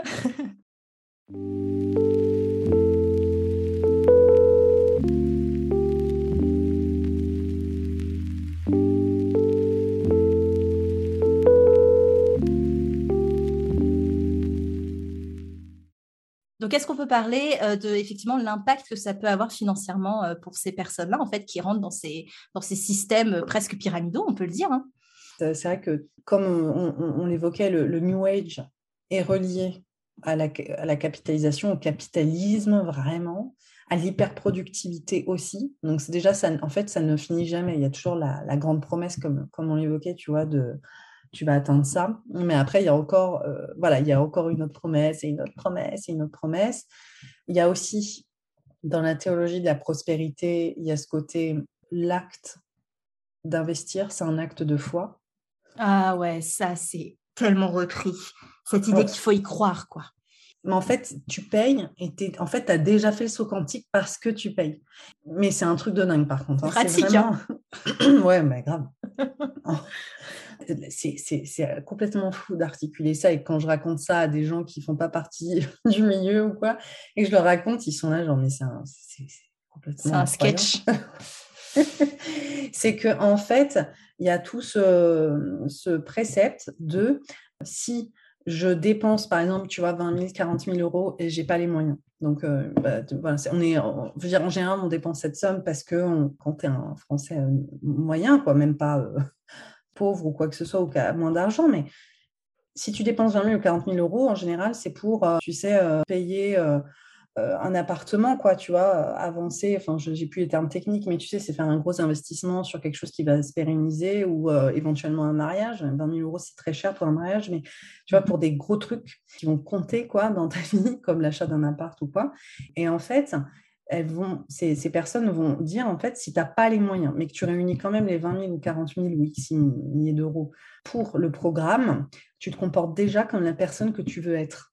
Donc, est-ce qu'on peut parler effectivement l'impact que ça peut avoir financièrement pour ces personnes-là, en fait, qui rentrent dans ces systèmes presque pyramidaux, on peut le dire, hein. C'est vrai que, comme on l'évoquait, le New Age est relié à la capitalisation, au capitalisme vraiment, à l'hyperproductivité aussi. Donc, c'est déjà, ça, en fait, ça ne finit jamais. Il y a toujours la grande promesse, comme on l'évoquait, tu vois, tu vas atteindre ça. Mais après, il y a encore, voilà, il y a encore une autre promesse et une autre promesse et une autre promesse. Il y a aussi, dans la théologie de la prospérité, il y a ce côté, l'acte d'investir, c'est un acte de foi. Ah ouais, ça, c'est tellement repris. Cette idée Ouais. qu'il faut y croire, quoi. Mais en fait, tu payes et en fait, tu as déjà fait le saut quantique parce que tu payes. Mais c'est un truc de dingue, par contre. C'est Hein. C'est pratique, vraiment... hein. ouais, mais grave. C'est complètement fou d'articuler ça. Et quand je raconte ça à des gens qui font pas partie du milieu ou quoi, et que je leur raconte, ils sont là, genre, mais c'est C'est complètement un incroyable. sketch. C'est que en fait, il y a tout ce précepte de si je dépense, par exemple, tu vois, 20 000, 40 000 euros et j'ai pas les moyens. Donc, voilà, je veux dire, en général, on dépense cette somme parce que quand tu es un Français moyen, quoi, même pas pauvre ou quoi que ce soit, ou qui a moins d'argent, mais si tu dépenses 20 000 ou 40 000 euros, en général, c'est pour, tu sais, payer un appartement, quoi, tu vois, avancer, enfin, j'ai plus les termes techniques, mais tu sais, c'est faire un gros investissement sur quelque chose qui va se pérenniser ou éventuellement un mariage. 20 000 euros, c'est très cher pour un mariage, mais tu vois, pour des gros trucs qui vont compter, quoi, dans ta vie, comme l'achat d'un appart ou quoi. Et en fait, ces personnes vont dire, en fait, si tu n'as pas les moyens, mais que tu réunis quand même les 20 000 ou 40 000 ou X milliers d'euros pour le programme, tu te comportes déjà comme la personne que tu veux être.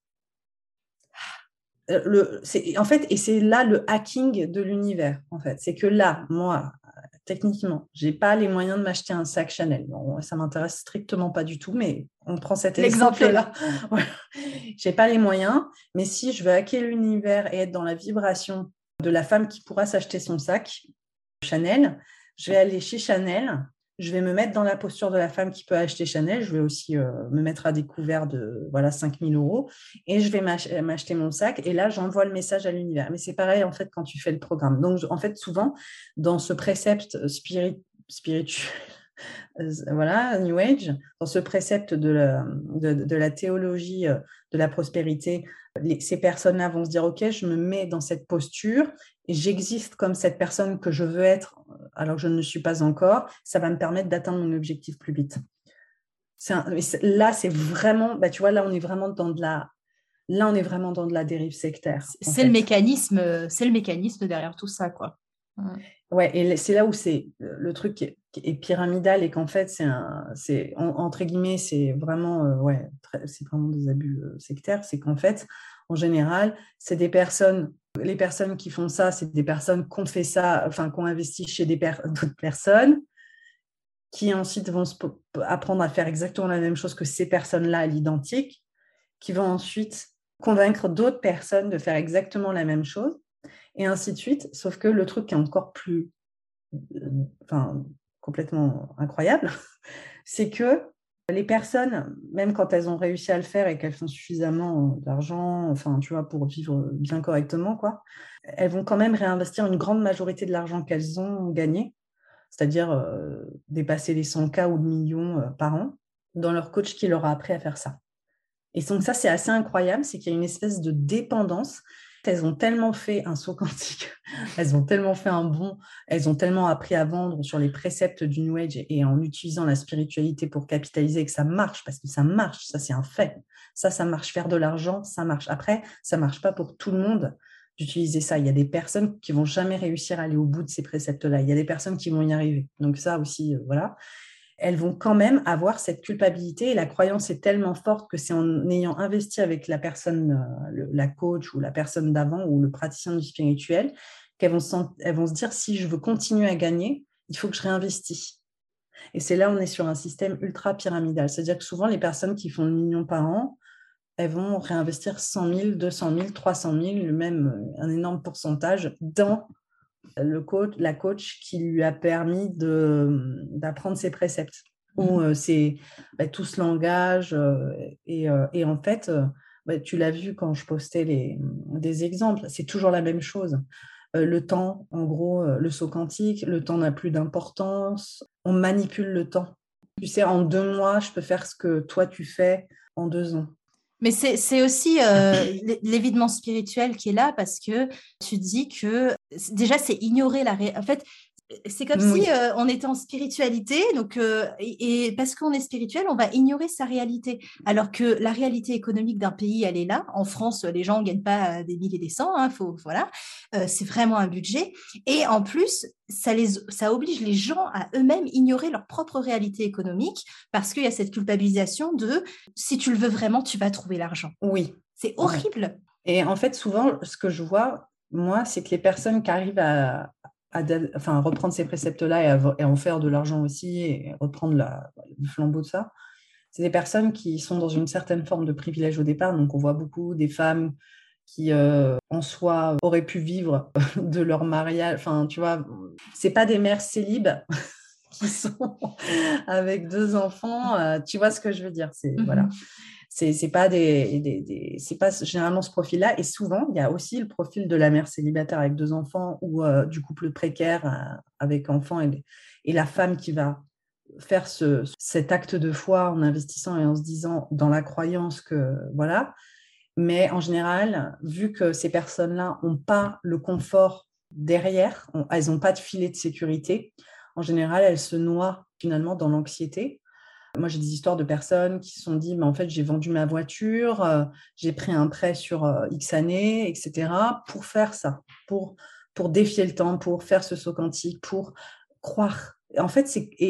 En fait, et c'est là le hacking de l'univers, en fait. C'est que là, moi, techniquement, j'ai pas les moyens de m'acheter un sac Chanel. Bon, ça m'intéresse strictement pas du tout, mais on prend cet L'exemple est exemple-là. là. Voilà. J'ai pas les moyens, mais si je veux hacker l'univers et être dans la vibration de la femme qui pourra s'acheter son sac Chanel, je vais aller chez Chanel, je vais me mettre dans la posture de la femme qui peut acheter Chanel, je vais aussi me mettre à découvert de 5 000 euros et je vais m'acheter mon sac et là, j'envoie le message à l'univers. Mais c'est pareil, en fait, quand tu fais le programme. Donc, en fait, souvent, dans ce précepte spirituel, voilà, New Age, dans ce précepte de la théologie de la prospérité, ces personnes-là vont se dire, OK, je me mets dans cette posture et j'existe comme cette personne que je veux être alors que je ne le suis pas encore, ça va me permettre d'atteindre mon objectif plus vite. Là, c'est vraiment, tu vois, là, on est vraiment dans de la dérive sectaire. C'est le mécanisme derrière tout ça, quoi. Ouais, et c'est là où c'est le truc qui est pyramidal et qu'en fait, entre guillemets, c'est vraiment, c'est vraiment des abus sectaires. C'est qu'en fait, en général, c'est les personnes qui font ça, c'est des personnes qui ont fait ça, enfin, qui ont investi chez d'autres personnes, qui ensuite vont apprendre à faire exactement la même chose que ces personnes-là à l'identique, qui vont ensuite convaincre d'autres personnes de faire exactement la même chose, et ainsi de suite. Sauf que le truc qui est encore plus complètement incroyable, c'est que les personnes, même quand elles ont réussi à le faire et qu'elles font suffisamment d'argent, enfin, tu vois, pour vivre bien correctement, quoi, elles vont quand même réinvestir une grande majorité de l'argent qu'elles ont gagné, c'est-à-dire dépasser les 100K ou de millions par an, dans leur coach qui leur a appris à faire ça. Et donc ça, c'est assez incroyable, c'est qu'il y a une espèce de dépendance. Elles ont tellement fait un saut quantique, elles ont tellement fait un bond, elles ont tellement appris à vendre sur les préceptes du New Age et en utilisant la spiritualité pour capitaliser, que ça marche, parce que ça marche, ça c'est un fait. Ça marche, faire de l'argent, ça marche. Après, ça ne marche pas pour tout le monde d'utiliser ça. Il y a des personnes qui ne vont jamais réussir à aller au bout de ces préceptes-là. Il y a des personnes qui vont y arriver. Donc ça aussi, voilà. Elles vont quand même avoir cette culpabilité et la croyance est tellement forte que c'est en ayant investi avec la personne, la coach ou la personne d'avant ou le praticien du spirituel, qu'elles vont se dire si je veux continuer à gagner, il faut que je réinvestisse. Et c'est là où on est sur un système ultra pyramidal. C'est-à-dire que souvent, les personnes qui font 1 million par an, elles vont réinvestir 100 000, 200 000, 300 000, même un énorme pourcentage dans la coach qui lui a permis d'apprendre ses préceptes. Où c'est tout ce langage. Et en fait, tu l'as vu quand je postais des exemples, c'est toujours la même chose. Le temps, en gros, le saut quantique, le temps n'a plus d'importance. On manipule le temps. Tu sais, en 2 mois, je peux faire ce que toi, tu fais en 2 ans. Mais c'est aussi l'évidement spirituel qui est là parce que tu dis que déjà c'est ignorer en fait C'est comme si Oui, on était en spiritualité, donc, et parce qu'on est spirituel, on va ignorer sa réalité. Alors que la réalité économique d'un pays, elle est là. En France, les gens ne gagnent pas des milliers et des cents, hein, voilà. C'est vraiment un budget. Et en plus, ça oblige les gens à eux-mêmes ignorer leur propre réalité économique parce qu'il y a cette culpabilisation de si tu le veux vraiment, tu vas trouver l'argent. oui, C'est ouais. horrible. Et en fait, souvent, ce que je vois, moi, c'est que les personnes qui arrivent à reprendre ces préceptes-là et à en faire de l'argent aussi et reprendre le flambeau de ça, c'est des personnes qui sont dans une certaine forme de privilège au départ. Donc, on voit beaucoup des femmes qui, en soi, auraient pu vivre de leur mariage. Enfin, tu vois, c'est pas des mères célibes qui sont avec 2 enfants. Tu vois ce que je veux dire? Voilà. Mhm. C'est pas c'est pas généralement ce profil-là. Et souvent, il y a aussi le profil de la mère célibataire avec 2 enfants ou du couple précaire avec enfants et la femme qui va faire cet acte de foi en investissant et en se disant dans la croyance que voilà. Mais en général, vu que ces personnes-là n'ont pas le confort derrière, elles n'ont pas de filet de sécurité, en général, elles se noient finalement dans l'anxiété. Moi, j'ai des histoires de personnes qui se sont dit, mais en fait, j'ai vendu ma voiture, j'ai pris un prêt sur X années, etc., pour faire ça, pour défier le temps, pour faire ce saut quantique, pour croire. En fait,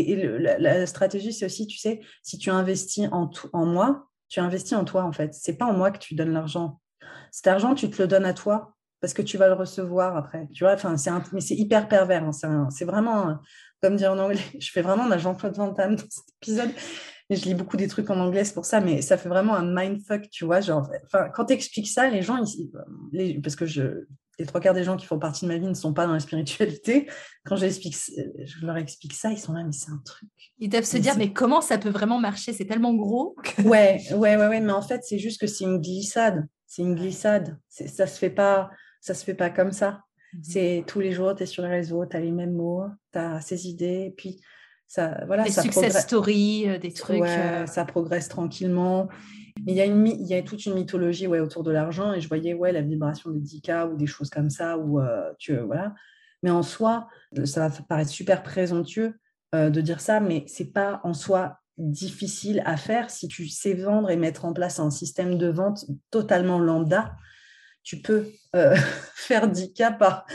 la stratégie, c'est aussi, tu sais, si tu investis en moi, tu investis en toi, en fait. C'est pas en moi que tu donnes l'argent. Cet argent, tu te le donnes à toi parce que tu vas le recevoir après. Tu vois, enfin, mais c'est hyper pervers. Hein. C'est vraiment, comme dire en anglais, je fais vraiment ma Jean-Claude Van Damme dans cet épisode. Et je lis beaucoup des trucs en anglais, c'est pour ça, mais ça fait vraiment un mindfuck, tu vois. Genre, enfin, quand tu expliques ça, les gens, parce que les 3 quarts des gens qui font partie de ma vie ne sont pas dans la spiritualité. Quand je leur explique ça, ils sont là, mais c'est un truc. Ils doivent se Mais dire, mais comment ça peut vraiment marcher? C'est tellement gros que... ouais, mais en fait, c'est juste que c'est une glissade. C'est une glissade. Ça se fait pas comme ça. Mhm. C'est tous les jours, tu es sur les réseaux, tu as les mêmes mots, tu as ces idées, et puis ça, voilà, Des ça success progresse. stories, des trucs... Ouais, ça progresse tranquillement. Mais il y a toute une mythologie ouais, autour de l'argent, et je voyais ouais, la vibration des 10K ou des choses comme ça, voilà. Mais en soi, ça va paraître super présomptueux de dire ça, mais c'est pas en soi difficile à faire si tu sais vendre et mettre en place un système de vente totalement lambda. Tu peux faire 10K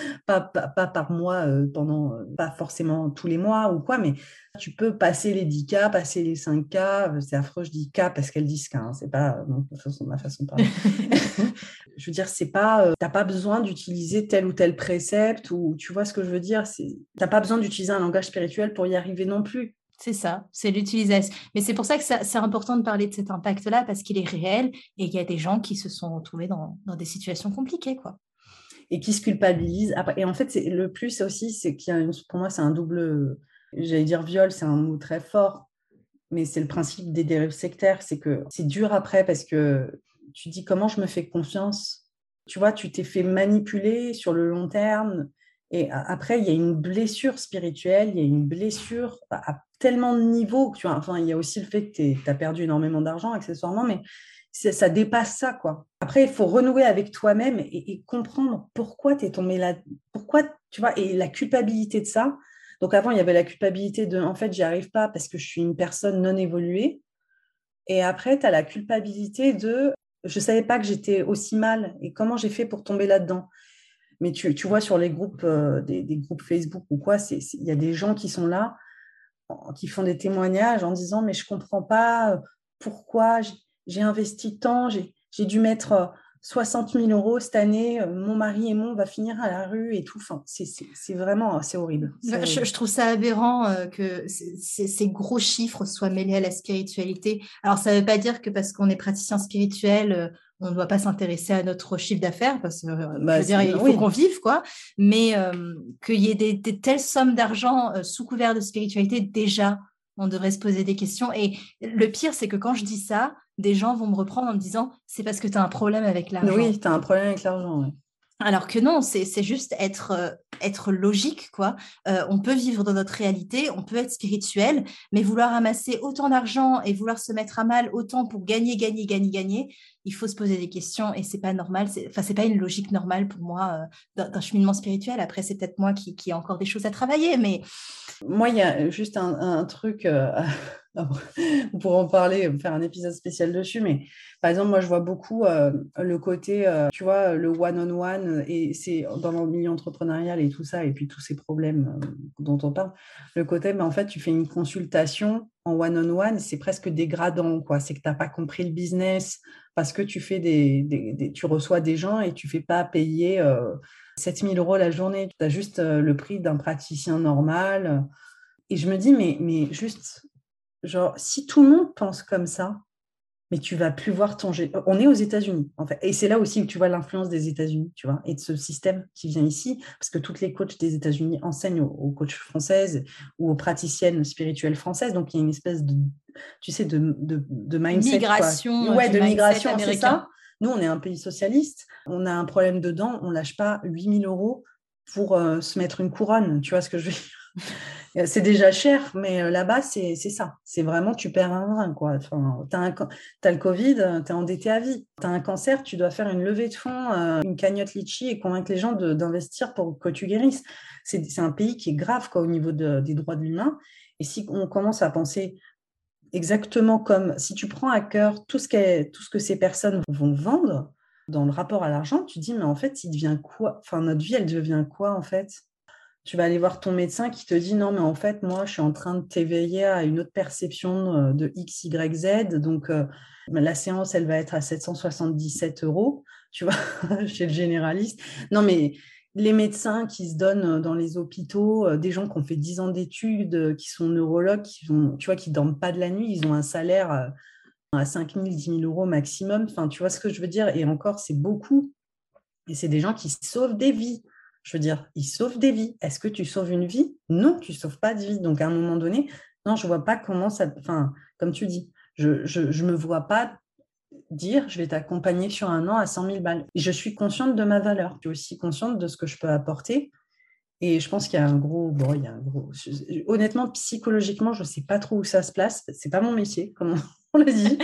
pas par mois, pas forcément tous les mois ou quoi, mais tu peux passer les 10K, passer les 5K. C'est affreux, je dis K parce qu'elle dit K, hein, c'est pas ma façon de parler. Je veux dire, c'est pas, t'as pas besoin d'utiliser tel ou tel précepte, ou tu vois ce que je veux dire, t'as pas besoin d'utiliser un langage spirituel pour y arriver non plus. C'est ça, c'est l'utilisation. Mais c'est pour ça que c'est important de parler de cet impact-là parce qu'il est réel et il y a des gens qui se sont retrouvés dans des situations compliquées, quoi. Et qui se culpabilisent. Après, et en fait, le plus aussi, c'est pour moi, c'est un double, j'allais dire viol, c'est un mot très fort, mais c'est le principe des dérives sectaires, c'est que c'est dur après parce que tu dis comment je me fais confiance. Tu vois, tu t'es fait manipuler sur le long terme. Et après, il y a une blessure spirituelle, il y a une blessure à tellement de niveaux. Tu vois, enfin, il y a aussi le fait que tu as perdu énormément d'argent accessoirement, mais ça dépasse ça, quoi. Après, il faut renouer avec toi-même et comprendre pourquoi tu es tombé là, pourquoi, tu vois, et la culpabilité de ça. Donc avant, il y avait la culpabilité de, en fait, j'y arrive pas parce que je suis une personne non évoluée. Et après, tu as la culpabilité de, je savais pas que j'étais aussi mal et comment j'ai fait pour tomber là-dedans. Mais tu vois sur les groupes, des groupes Facebook ou quoi, il y a des gens qui sont là, qui font des témoignages en disant, mais je comprends pas pourquoi j'ai investi tant, j'ai dû mettre 60 000 euros cette année, mon mari et moi, on va finir à la rue et tout. Enfin, c'est vraiment, c'est horrible. C'est horrible. Je trouve ça aberrant que ces gros chiffres soient mêlés à la spiritualité. Alors, ça ne veut pas dire que parce qu'on est praticien spirituel, on ne doit pas s'intéresser à notre chiffre d'affaires, parce que, je Bah, veux dire, il faut oui, qu'on vive, quoi. Mais qu'il y ait des telles sommes d'argent sous couvert de spiritualité, déjà, on devrait se poser des questions. Et le pire, c'est que quand je dis ça, des gens vont me reprendre en me disant, c'est parce que tu as un problème avec l'argent. oui, tu as un problème avec l'argent. Ouais. Alors que non, c'est juste être logique, quoi. On peut vivre dans notre réalité, on peut être spirituel, mais vouloir amasser autant d'argent et vouloir se mettre à mal autant pour gagner, gagner, gagner, gagner, il faut se poser des questions et c'est pas normal. C'est pas une logique normale pour moi d'un cheminement spirituel. Après, c'est peut-être moi qui ai encore des choses à travailler, mais Moi, il y a juste un truc, on pourra en parler, faire un épisode spécial dessus, mais par exemple, moi, je vois beaucoup le côté, tu vois, le one-on-one, et c'est dans le milieu entrepreneurial et tout ça, et puis tous ces problèmes dont on parle, le côté, mais en fait, tu fais une consultation en one-on-one, c'est presque dégradant, quoi. C'est que tu n'as pas compris le business parce que tu fais tu reçois des gens et tu ne fais pas payer 7 000 € la journée. Tu as juste le prix d'un praticien normal. Et je me dis, mais juste, genre, si tout le monde pense comme ça, mais tu vas plus voir ton... On est aux États-Unis, en fait. Et c'est là aussi où tu vois l'influence des États-Unis, tu vois, et de ce système qui vient ici, parce que toutes les coachs des États-Unis enseignent aux coachs françaises ou aux praticiennes spirituelles françaises. Donc, il y a une espèce de, tu sais, de mindset, quoi. migration Ouais, du de mindset migration, c'est américain. ça. Nous, on est un pays socialiste. On a un problème dedans. On lâche pas 8 000 € pour se mettre une couronne. Tu vois ce que je veux dire? C'est déjà cher, mais là-bas, c'est ça. C'est vraiment, tu perds un rein, quoi. Enfin, t'as le Covid, t'es endetté à vie. T'as un cancer, tu dois faire une levée de fonds, une cagnotte litchi et convaincre les gens d'investir pour que tu guérisses. C'est un pays qui est grave, quoi, au niveau des droits de l'humain. Et si on commence à penser exactement comme, si tu prends à cœur tout ce que ces personnes vont vendre dans le rapport à l'argent, tu te dis, mais en fait, il devient quoi? Enfin, notre vie, elle devient quoi, en fait? Tu vas aller voir ton médecin qui te dit non, mais en fait, moi, je suis en train de t'éveiller à une autre perception de X, Y, Z. Donc, la séance, elle va être à 777 €, tu vois, chez le généraliste. Non, mais les médecins qui se donnent dans les hôpitaux, des gens qui ont fait 10 ans d'études, qui sont neurologues, tu vois, qui ne dorment pas de la nuit, ils ont un salaire à 5 000, 10 000 € maximum. Enfin, tu vois ce que je veux dire? Et encore, c'est beaucoup. Et c'est des gens qui sauvent des vies. Je veux dire, ils sauvent des vies. Est-ce que tu sauves une vie? Non, tu ne sauves pas de vie. Donc, à un moment donné, non, je ne vois pas comment ça... Enfin, comme tu dis, je ne me vois pas dire, je vais t'accompagner sur un an à 100 000 balles. Et je suis consciente de ma valeur. Je suis aussi consciente de ce que je peux apporter. Et je pense qu'il y a un gros... Bon, il y a un gros... Honnêtement, psychologiquement, je ne sais pas trop où ça se place. Ce n'est pas mon métier, comme on l'a dit.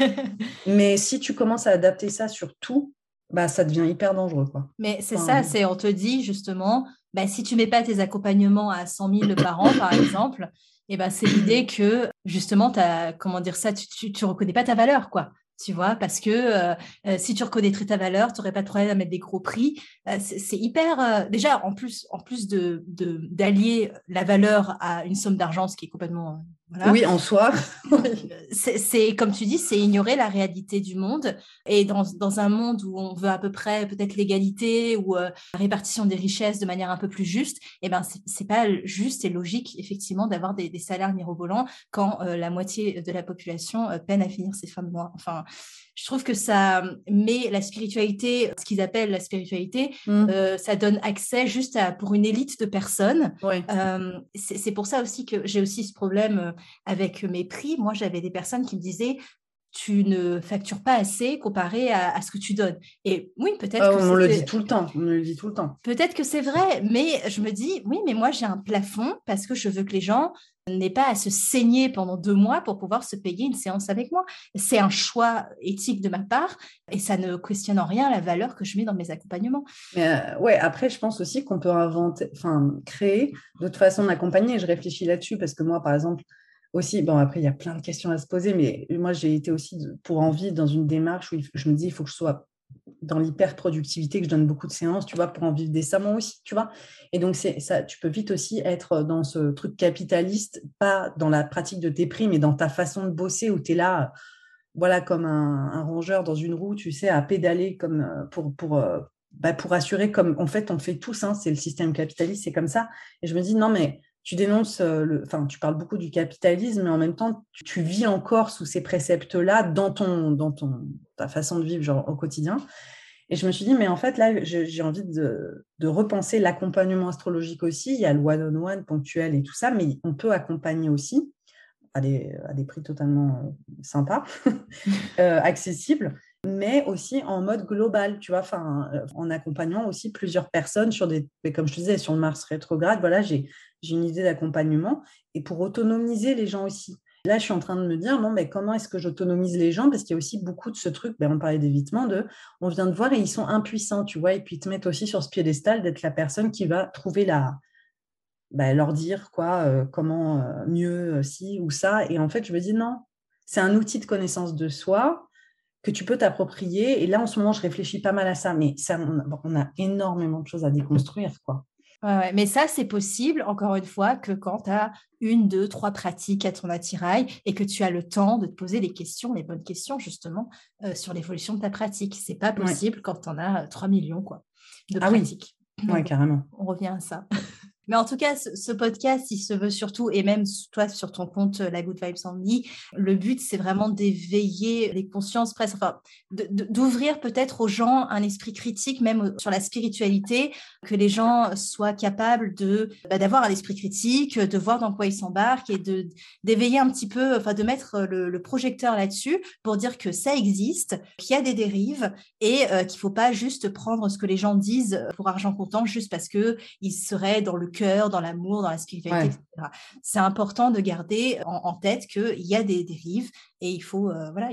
Mais si tu commences à adapter ça sur tout, bah, ça devient hyper dangereux, quoi. Mais c'est Enfin, ça, on te dit justement, bah, si tu mets pas tes accompagnements à 100 000 par an, par exemple, et ben c'est l'idée que justement, comment dire ça, tu reconnais pas ta valeur, quoi. Tu vois, parce que si tu reconnaîtrais ta valeur, tu n'aurais pas de problème à mettre des gros prix. C'est hyper. Déjà, en plus d'allier la valeur à une somme d'argent, ce qui est complètement. Voilà. Oui, en soi. C'est comme tu dis, c'est ignorer la réalité du monde. Et dans un monde où on veut à peu près peut-être l'égalité ou la répartition des richesses de manière un peu plus juste, et ben c'est pas juste et logique effectivement d'avoir des salaires mirobolants quand la moitié de la population peine à finir ses fins de mois. Enfin, je trouve que ça met la spiritualité, ce qu'ils appellent la spiritualité, ça donne accès juste pour une élite de personnes. Ouais. C'est pour ça aussi que j'ai aussi ce problème avec mes prix. Moi, j'avais des personnes qui me disaient tu ne factures pas assez comparé à ce que tu donnes. Et oui, peut-être que on le dit tout le temps. On le dit tout le temps. peut-être que c'est vrai, mais je me dis, oui, mais moi j'ai un plafond parce que je veux que les gens n'aient pas à se saigner pendant 2 mois pour pouvoir se payer une séance avec moi. C'est un choix éthique de ma part et ça ne questionne en rien la valeur que je mets dans mes accompagnements. Mais ouais, après, je pense aussi qu'on peut créer d'autres façons d'accompagner. Je réfléchis là-dessus parce que moi, par exemple, aussi, bon, après, il y a plein de questions à se poser, mais moi, j'ai été aussi pour envie dans une démarche où je me dis, il faut que je sois dans l'hyper-productivité, que je donne beaucoup de séances, tu vois, pour en vivre décemment aussi, tu vois. Et donc, c'est ça, tu peux vite aussi être dans ce truc capitaliste, pas dans la pratique de tes prix, mais dans ta façon de bosser où tu es là, voilà, comme un rongeur dans une roue, tu sais, à pédaler comme pour assurer, comme en fait, on fait tous, hein, c'est le système capitaliste, c'est comme ça. Et je me dis, non, mais tu dénonces, enfin, tu parles beaucoup du capitalisme, mais en même temps, tu vis encore sous ces préceptes-là dans ta façon de vivre, genre au quotidien. Et je me suis dit, mais en fait, là, j'ai envie de repenser l'accompagnement astrologique aussi. Il y a le one-on-one ponctuel et tout ça, mais on peut accompagner aussi à des prix totalement sympas, accessibles, mais aussi en mode global, tu vois, en accompagnant aussi plusieurs personnes comme je te disais, sur le Mars rétrograde, voilà, j'ai une idée d'accompagnement et pour autonomiser les gens aussi. Là, je suis en train de me dire, bon, mais comment est-ce que j'autonomise les gens? Parce qu'il y a aussi beaucoup de ce truc, on parlait d'évitement, on vient de voir et ils sont impuissants, tu vois, et puis ils te mettent aussi sur ce piédestal d'être la personne qui va trouver leur dire quoi, comment mieux, ci ou ça. Et en fait, je me dis, non, c'est un outil de connaissance de soi que tu peux t'approprier. Et là, en ce moment, je réfléchis pas mal à ça, mais ça, on a énormément de choses à déconstruire, quoi. Ouais. Mais ça, c'est possible, encore une fois, que quand tu as 1, 2, 3 pratiques à ton attirail et que tu as le temps de te poser les bonnes questions, justement, sur l'évolution de ta pratique. C'est pas Ouais. possible quand tu en as 3 millions, quoi, de Ah oui, pratiques. ouais, Donc, carrément. on revient à ça. Mais en tout cas, ce podcast, il se veut surtout, et même toi sur ton compte La Good Vibes Only, le but, c'est vraiment d'éveiller les consciences presque, enfin, d'ouvrir peut-être aux gens un esprit critique, même sur la spiritualité, que les gens soient capables d'avoir un esprit critique, de voir dans quoi ils s'embarquent et d'éveiller un petit peu, enfin, de mettre le projecteur là-dessus pour dire que ça existe, qu'il y a des dérives et qu'il ne faut pas juste prendre ce que les gens disent pour argent comptant juste parce que ils seraient dans le cœur, dans l'amour, dans la spiritualité, Ouais. etc. C'est important de garder en tête qu'il y a des dérives et il faut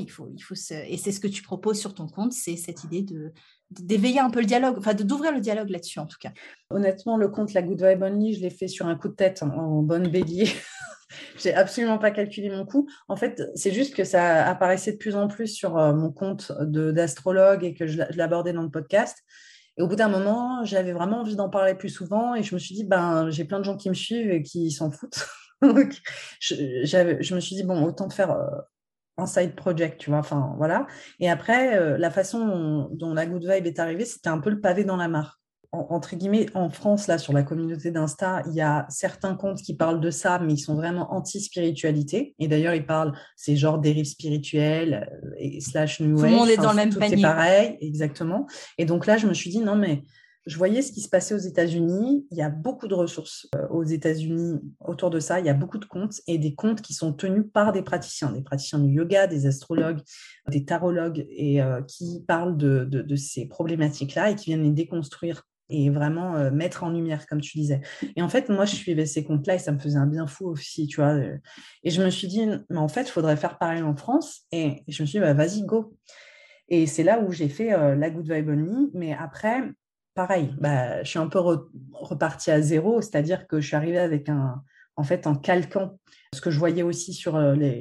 et c'est ce que tu proposes sur ton compte, c'est cette idée d'éveiller un peu le dialogue, enfin d'ouvrir le dialogue là-dessus en tout cas. Honnêtement, le compte La Good Vibe Only, je l'ai fait sur un coup de tête, en bonne bélier. J'ai absolument pas calculé mon coût. En fait, c'est juste que ça apparaissait de plus en plus sur mon compte d'astrologue et que je l'abordais dans le podcast. Et au bout d'un moment, j'avais vraiment envie d'en parler plus souvent et je me suis dit, j'ai plein de gens qui me suivent et qui s'en foutent. Donc, je me suis dit, bon, autant faire un side project, tu vois. Enfin, voilà. Et après, la façon dont la Good Vibe est arrivée, c'était un peu le pavé dans la mare. Entre guillemets, en France, là, sur la communauté d'Insta, il y a certains comptes qui parlent de ça, mais ils sont vraiment anti-spiritualité. Et d'ailleurs, ils parlent, c'est genre dérives spirituelles et slash New Tout le monde Age. est Enfin, dans le même tout est panier, quoi. pareil, exactement. Et donc là, je me suis dit, non, mais je voyais ce qui se passait aux États-Unis. Il y a beaucoup de ressources aux États-Unis autour de ça. Il y a beaucoup de comptes et des comptes qui sont tenus par des praticiens du yoga, des astrologues, des tarologues et qui parlent de ces problématiques-là et qui viennent les déconstruire et vraiment mettre en lumière, comme tu disais. Et en fait, moi, je suivais ces comptes-là et ça me faisait un bien fou aussi, tu vois. Et je me suis dit, mais en fait, il faudrait faire pareil en France. Et je me suis dit, vas-y, go. Et c'est là où j'ai fait la Good Vibe Only. Mais après, pareil, je suis un peu repartie à zéro, c'est-à-dire que je suis arrivée avec en calquant ce que je voyais aussi sur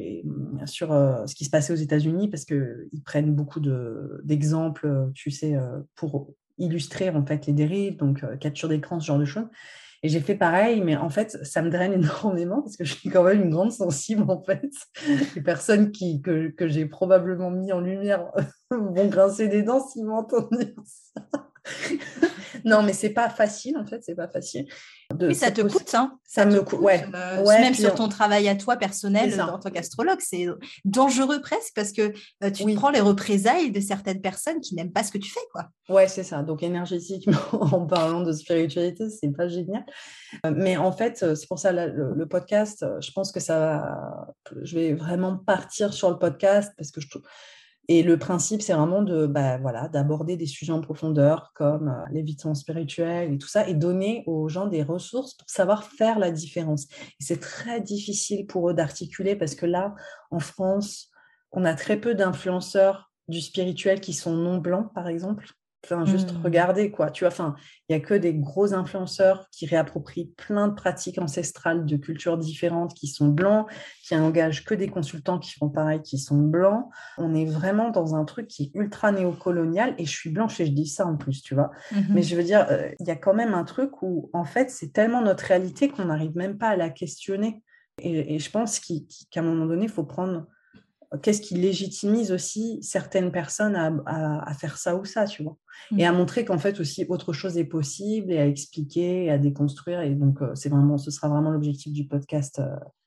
ce qui se passait aux États-Unis, parce qu'ils prennent beaucoup d'exemples, tu sais, pour illustrer en fait les dérives, donc capture d'écran, ce genre de choses. Et j'ai fait pareil, mais en fait, ça me draine énormément parce que je suis quand même une grande sensible, en fait. Les personnes que j'ai probablement mis en lumière vont grincer des dents s'ils m'entendent dire ça. Non, mais c'est pas facile, en fait, c'est pas facile. Oui, ça te coûte, hein. Ça me coûte, ouais. Même puis sur ton travail à toi personnel ça. en tant qu'astrologue, c'est dangereux presque parce que tu te prends les représailles de certaines personnes qui n'aiment pas ce que tu fais, quoi. Ouais, c'est ça. Donc, énergétiquement, en parlant de spiritualité, c'est pas génial. Mais en fait, c'est pour ça, là, le podcast, je pense que je vais vraiment partir sur le podcast parce que je trouve. Et le principe, c'est vraiment d'aborder des sujets en profondeur comme l'évitement spirituel et tout ça, et donner aux gens des ressources pour savoir faire la différence. Et c'est très difficile pour eux d'articuler parce que là, en France, on a très peu d'influenceurs du spirituel qui sont non blancs, par exemple. Enfin, juste regarder, quoi. Tu vois, enfin, il n'y a que des gros influenceurs qui réapproprient plein de pratiques ancestrales de cultures différentes qui sont blancs, qui engagent que des consultants qui font pareil, qui sont blancs. On est vraiment dans un truc qui est ultra néocolonial et je suis blanche et je dis ça en plus, tu vois. Mais je veux dire, il y a quand même un truc où, en fait, c'est tellement notre réalité qu'on n'arrive même pas à la questionner. Et je pense qu'à un moment donné, il faut prendre qu'est-ce qui légitimise aussi certaines personnes à faire ça ou ça, tu vois. Et à montrer qu'en fait aussi autre chose est possible et à expliquer et à déconstruire. Et donc, ce sera vraiment l'objectif du podcast,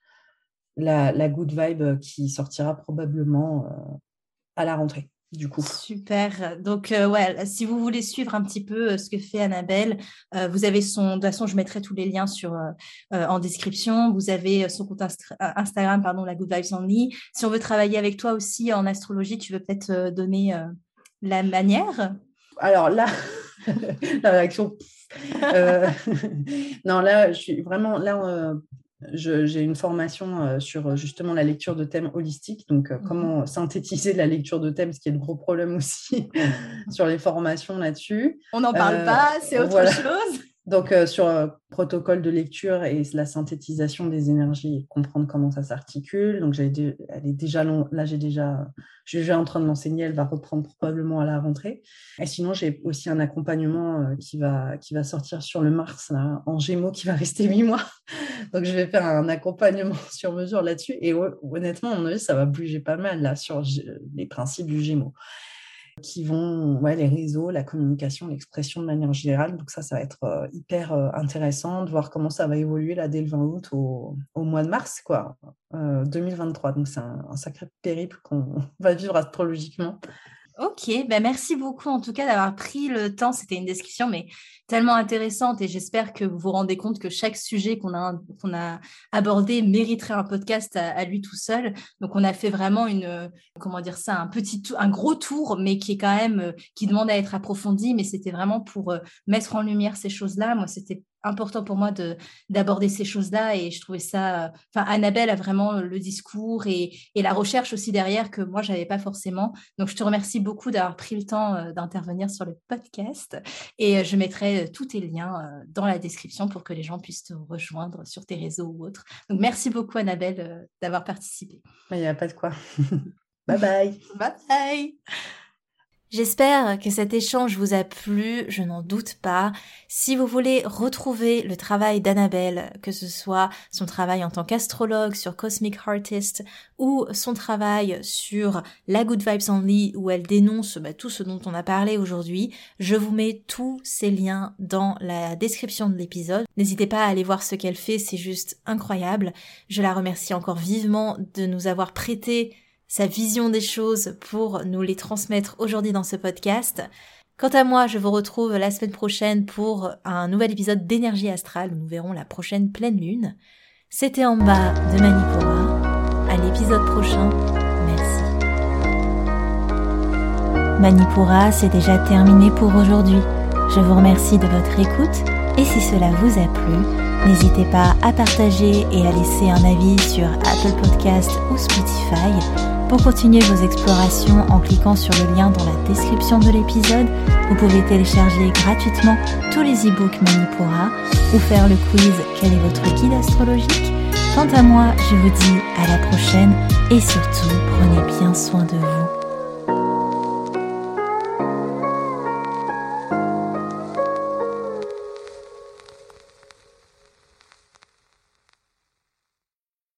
la Good Vibe qui sortira probablement à la rentrée, du coup. Super. Donc, si vous voulez suivre un petit peu ce que fait Annabelle, vous avez de toute façon, je mettrai tous les liens en description. Vous avez son compte Instagram, pardon, la Good Vibes Only. Si on veut travailler avec toi aussi en astrologie, tu veux peut-être donner la manière? Alors là, la réaction. Non, là, je suis vraiment là. J'ai une formation sur justement la lecture de thèmes holistiques, donc comment synthétiser la lecture de thèmes, ce qui est le gros problème aussi sur les formations là-dessus. On n'en parle pas, c'est autre chose. Donc, sur protocole de lecture et la synthétisation des énergies et comprendre comment ça s'articule. Donc, elle est déjà là, je suis déjà en train de l'enseigner. Elle va reprendre probablement à la rentrée. Et sinon, j'ai aussi un accompagnement qui va sortir sur le Mars, là, en Gémeaux, qui va rester 8 mois. Donc, je vais faire un accompagnement sur mesure là-dessus. Et honnêtement, à mon avis, ça va bouger pas mal là sur les principes du Gémeaux, qui vont, les réseaux, la communication, l'expression de manière générale. Donc ça va être hyper intéressant de voir comment ça va évoluer là dès le 20 août au mois de mars, 2023. Donc c'est un sacré périple qu'on va vivre astrologiquement. Ok, merci beaucoup en tout cas d'avoir pris le temps. C'était une discussion mais tellement intéressante et j'espère que vous vous rendez compte que chaque sujet qu'on a abordé mériterait un podcast à lui tout seul. Donc on a fait vraiment un gros tour, mais qui est quand même qui demande à être approfondi. Mais c'était vraiment pour mettre en lumière ces choses-là. Moi, c'était important pour moi d'aborder ces choses-là et je trouvais ça... Annabelle a vraiment le discours et la recherche aussi derrière que moi, je n'avais pas forcément. Donc, je te remercie beaucoup d'avoir pris le temps d'intervenir sur le podcast et je mettrai tous tes liens dans la description pour que les gens puissent te rejoindre sur tes réseaux ou autres. Donc, merci beaucoup, Annabelle, d'avoir participé. Il n'y a pas de quoi. Bye bye. Bye bye. J'espère que cet échange vous a plu, je n'en doute pas. Si vous voulez retrouver le travail d'Annabelle, que ce soit son travail en tant qu'astrologue sur Cosmic Artist ou son travail sur la Good Vibes Only où elle dénonce tout ce dont on a parlé aujourd'hui, je vous mets tous ces liens dans la description de l'épisode. N'hésitez pas à aller voir ce qu'elle fait, c'est juste incroyable. Je la remercie encore vivement de nous avoir prêté sa vision des choses pour nous les transmettre aujourd'hui dans ce podcast. Quant à moi, je vous retrouve la semaine prochaine pour un nouvel épisode d'énergie astrale où nous verrons la prochaine pleine lune. C'était en bas de Manipura. À l'épisode prochain. Merci. Manipura, c'est déjà terminé pour aujourd'hui. Je vous remercie de votre écoute et si cela vous a plu, n'hésitez pas à partager et à laisser un avis sur Apple Podcast ou Spotify. Pour continuer vos explorations en cliquant sur le lien dans la description de l'épisode, vous pouvez télécharger gratuitement tous les e-books Manipura ou faire le quiz « Quel est votre guide astrologique ?» Quant à moi, je vous dis à la prochaine et surtout, prenez bien soin de vous.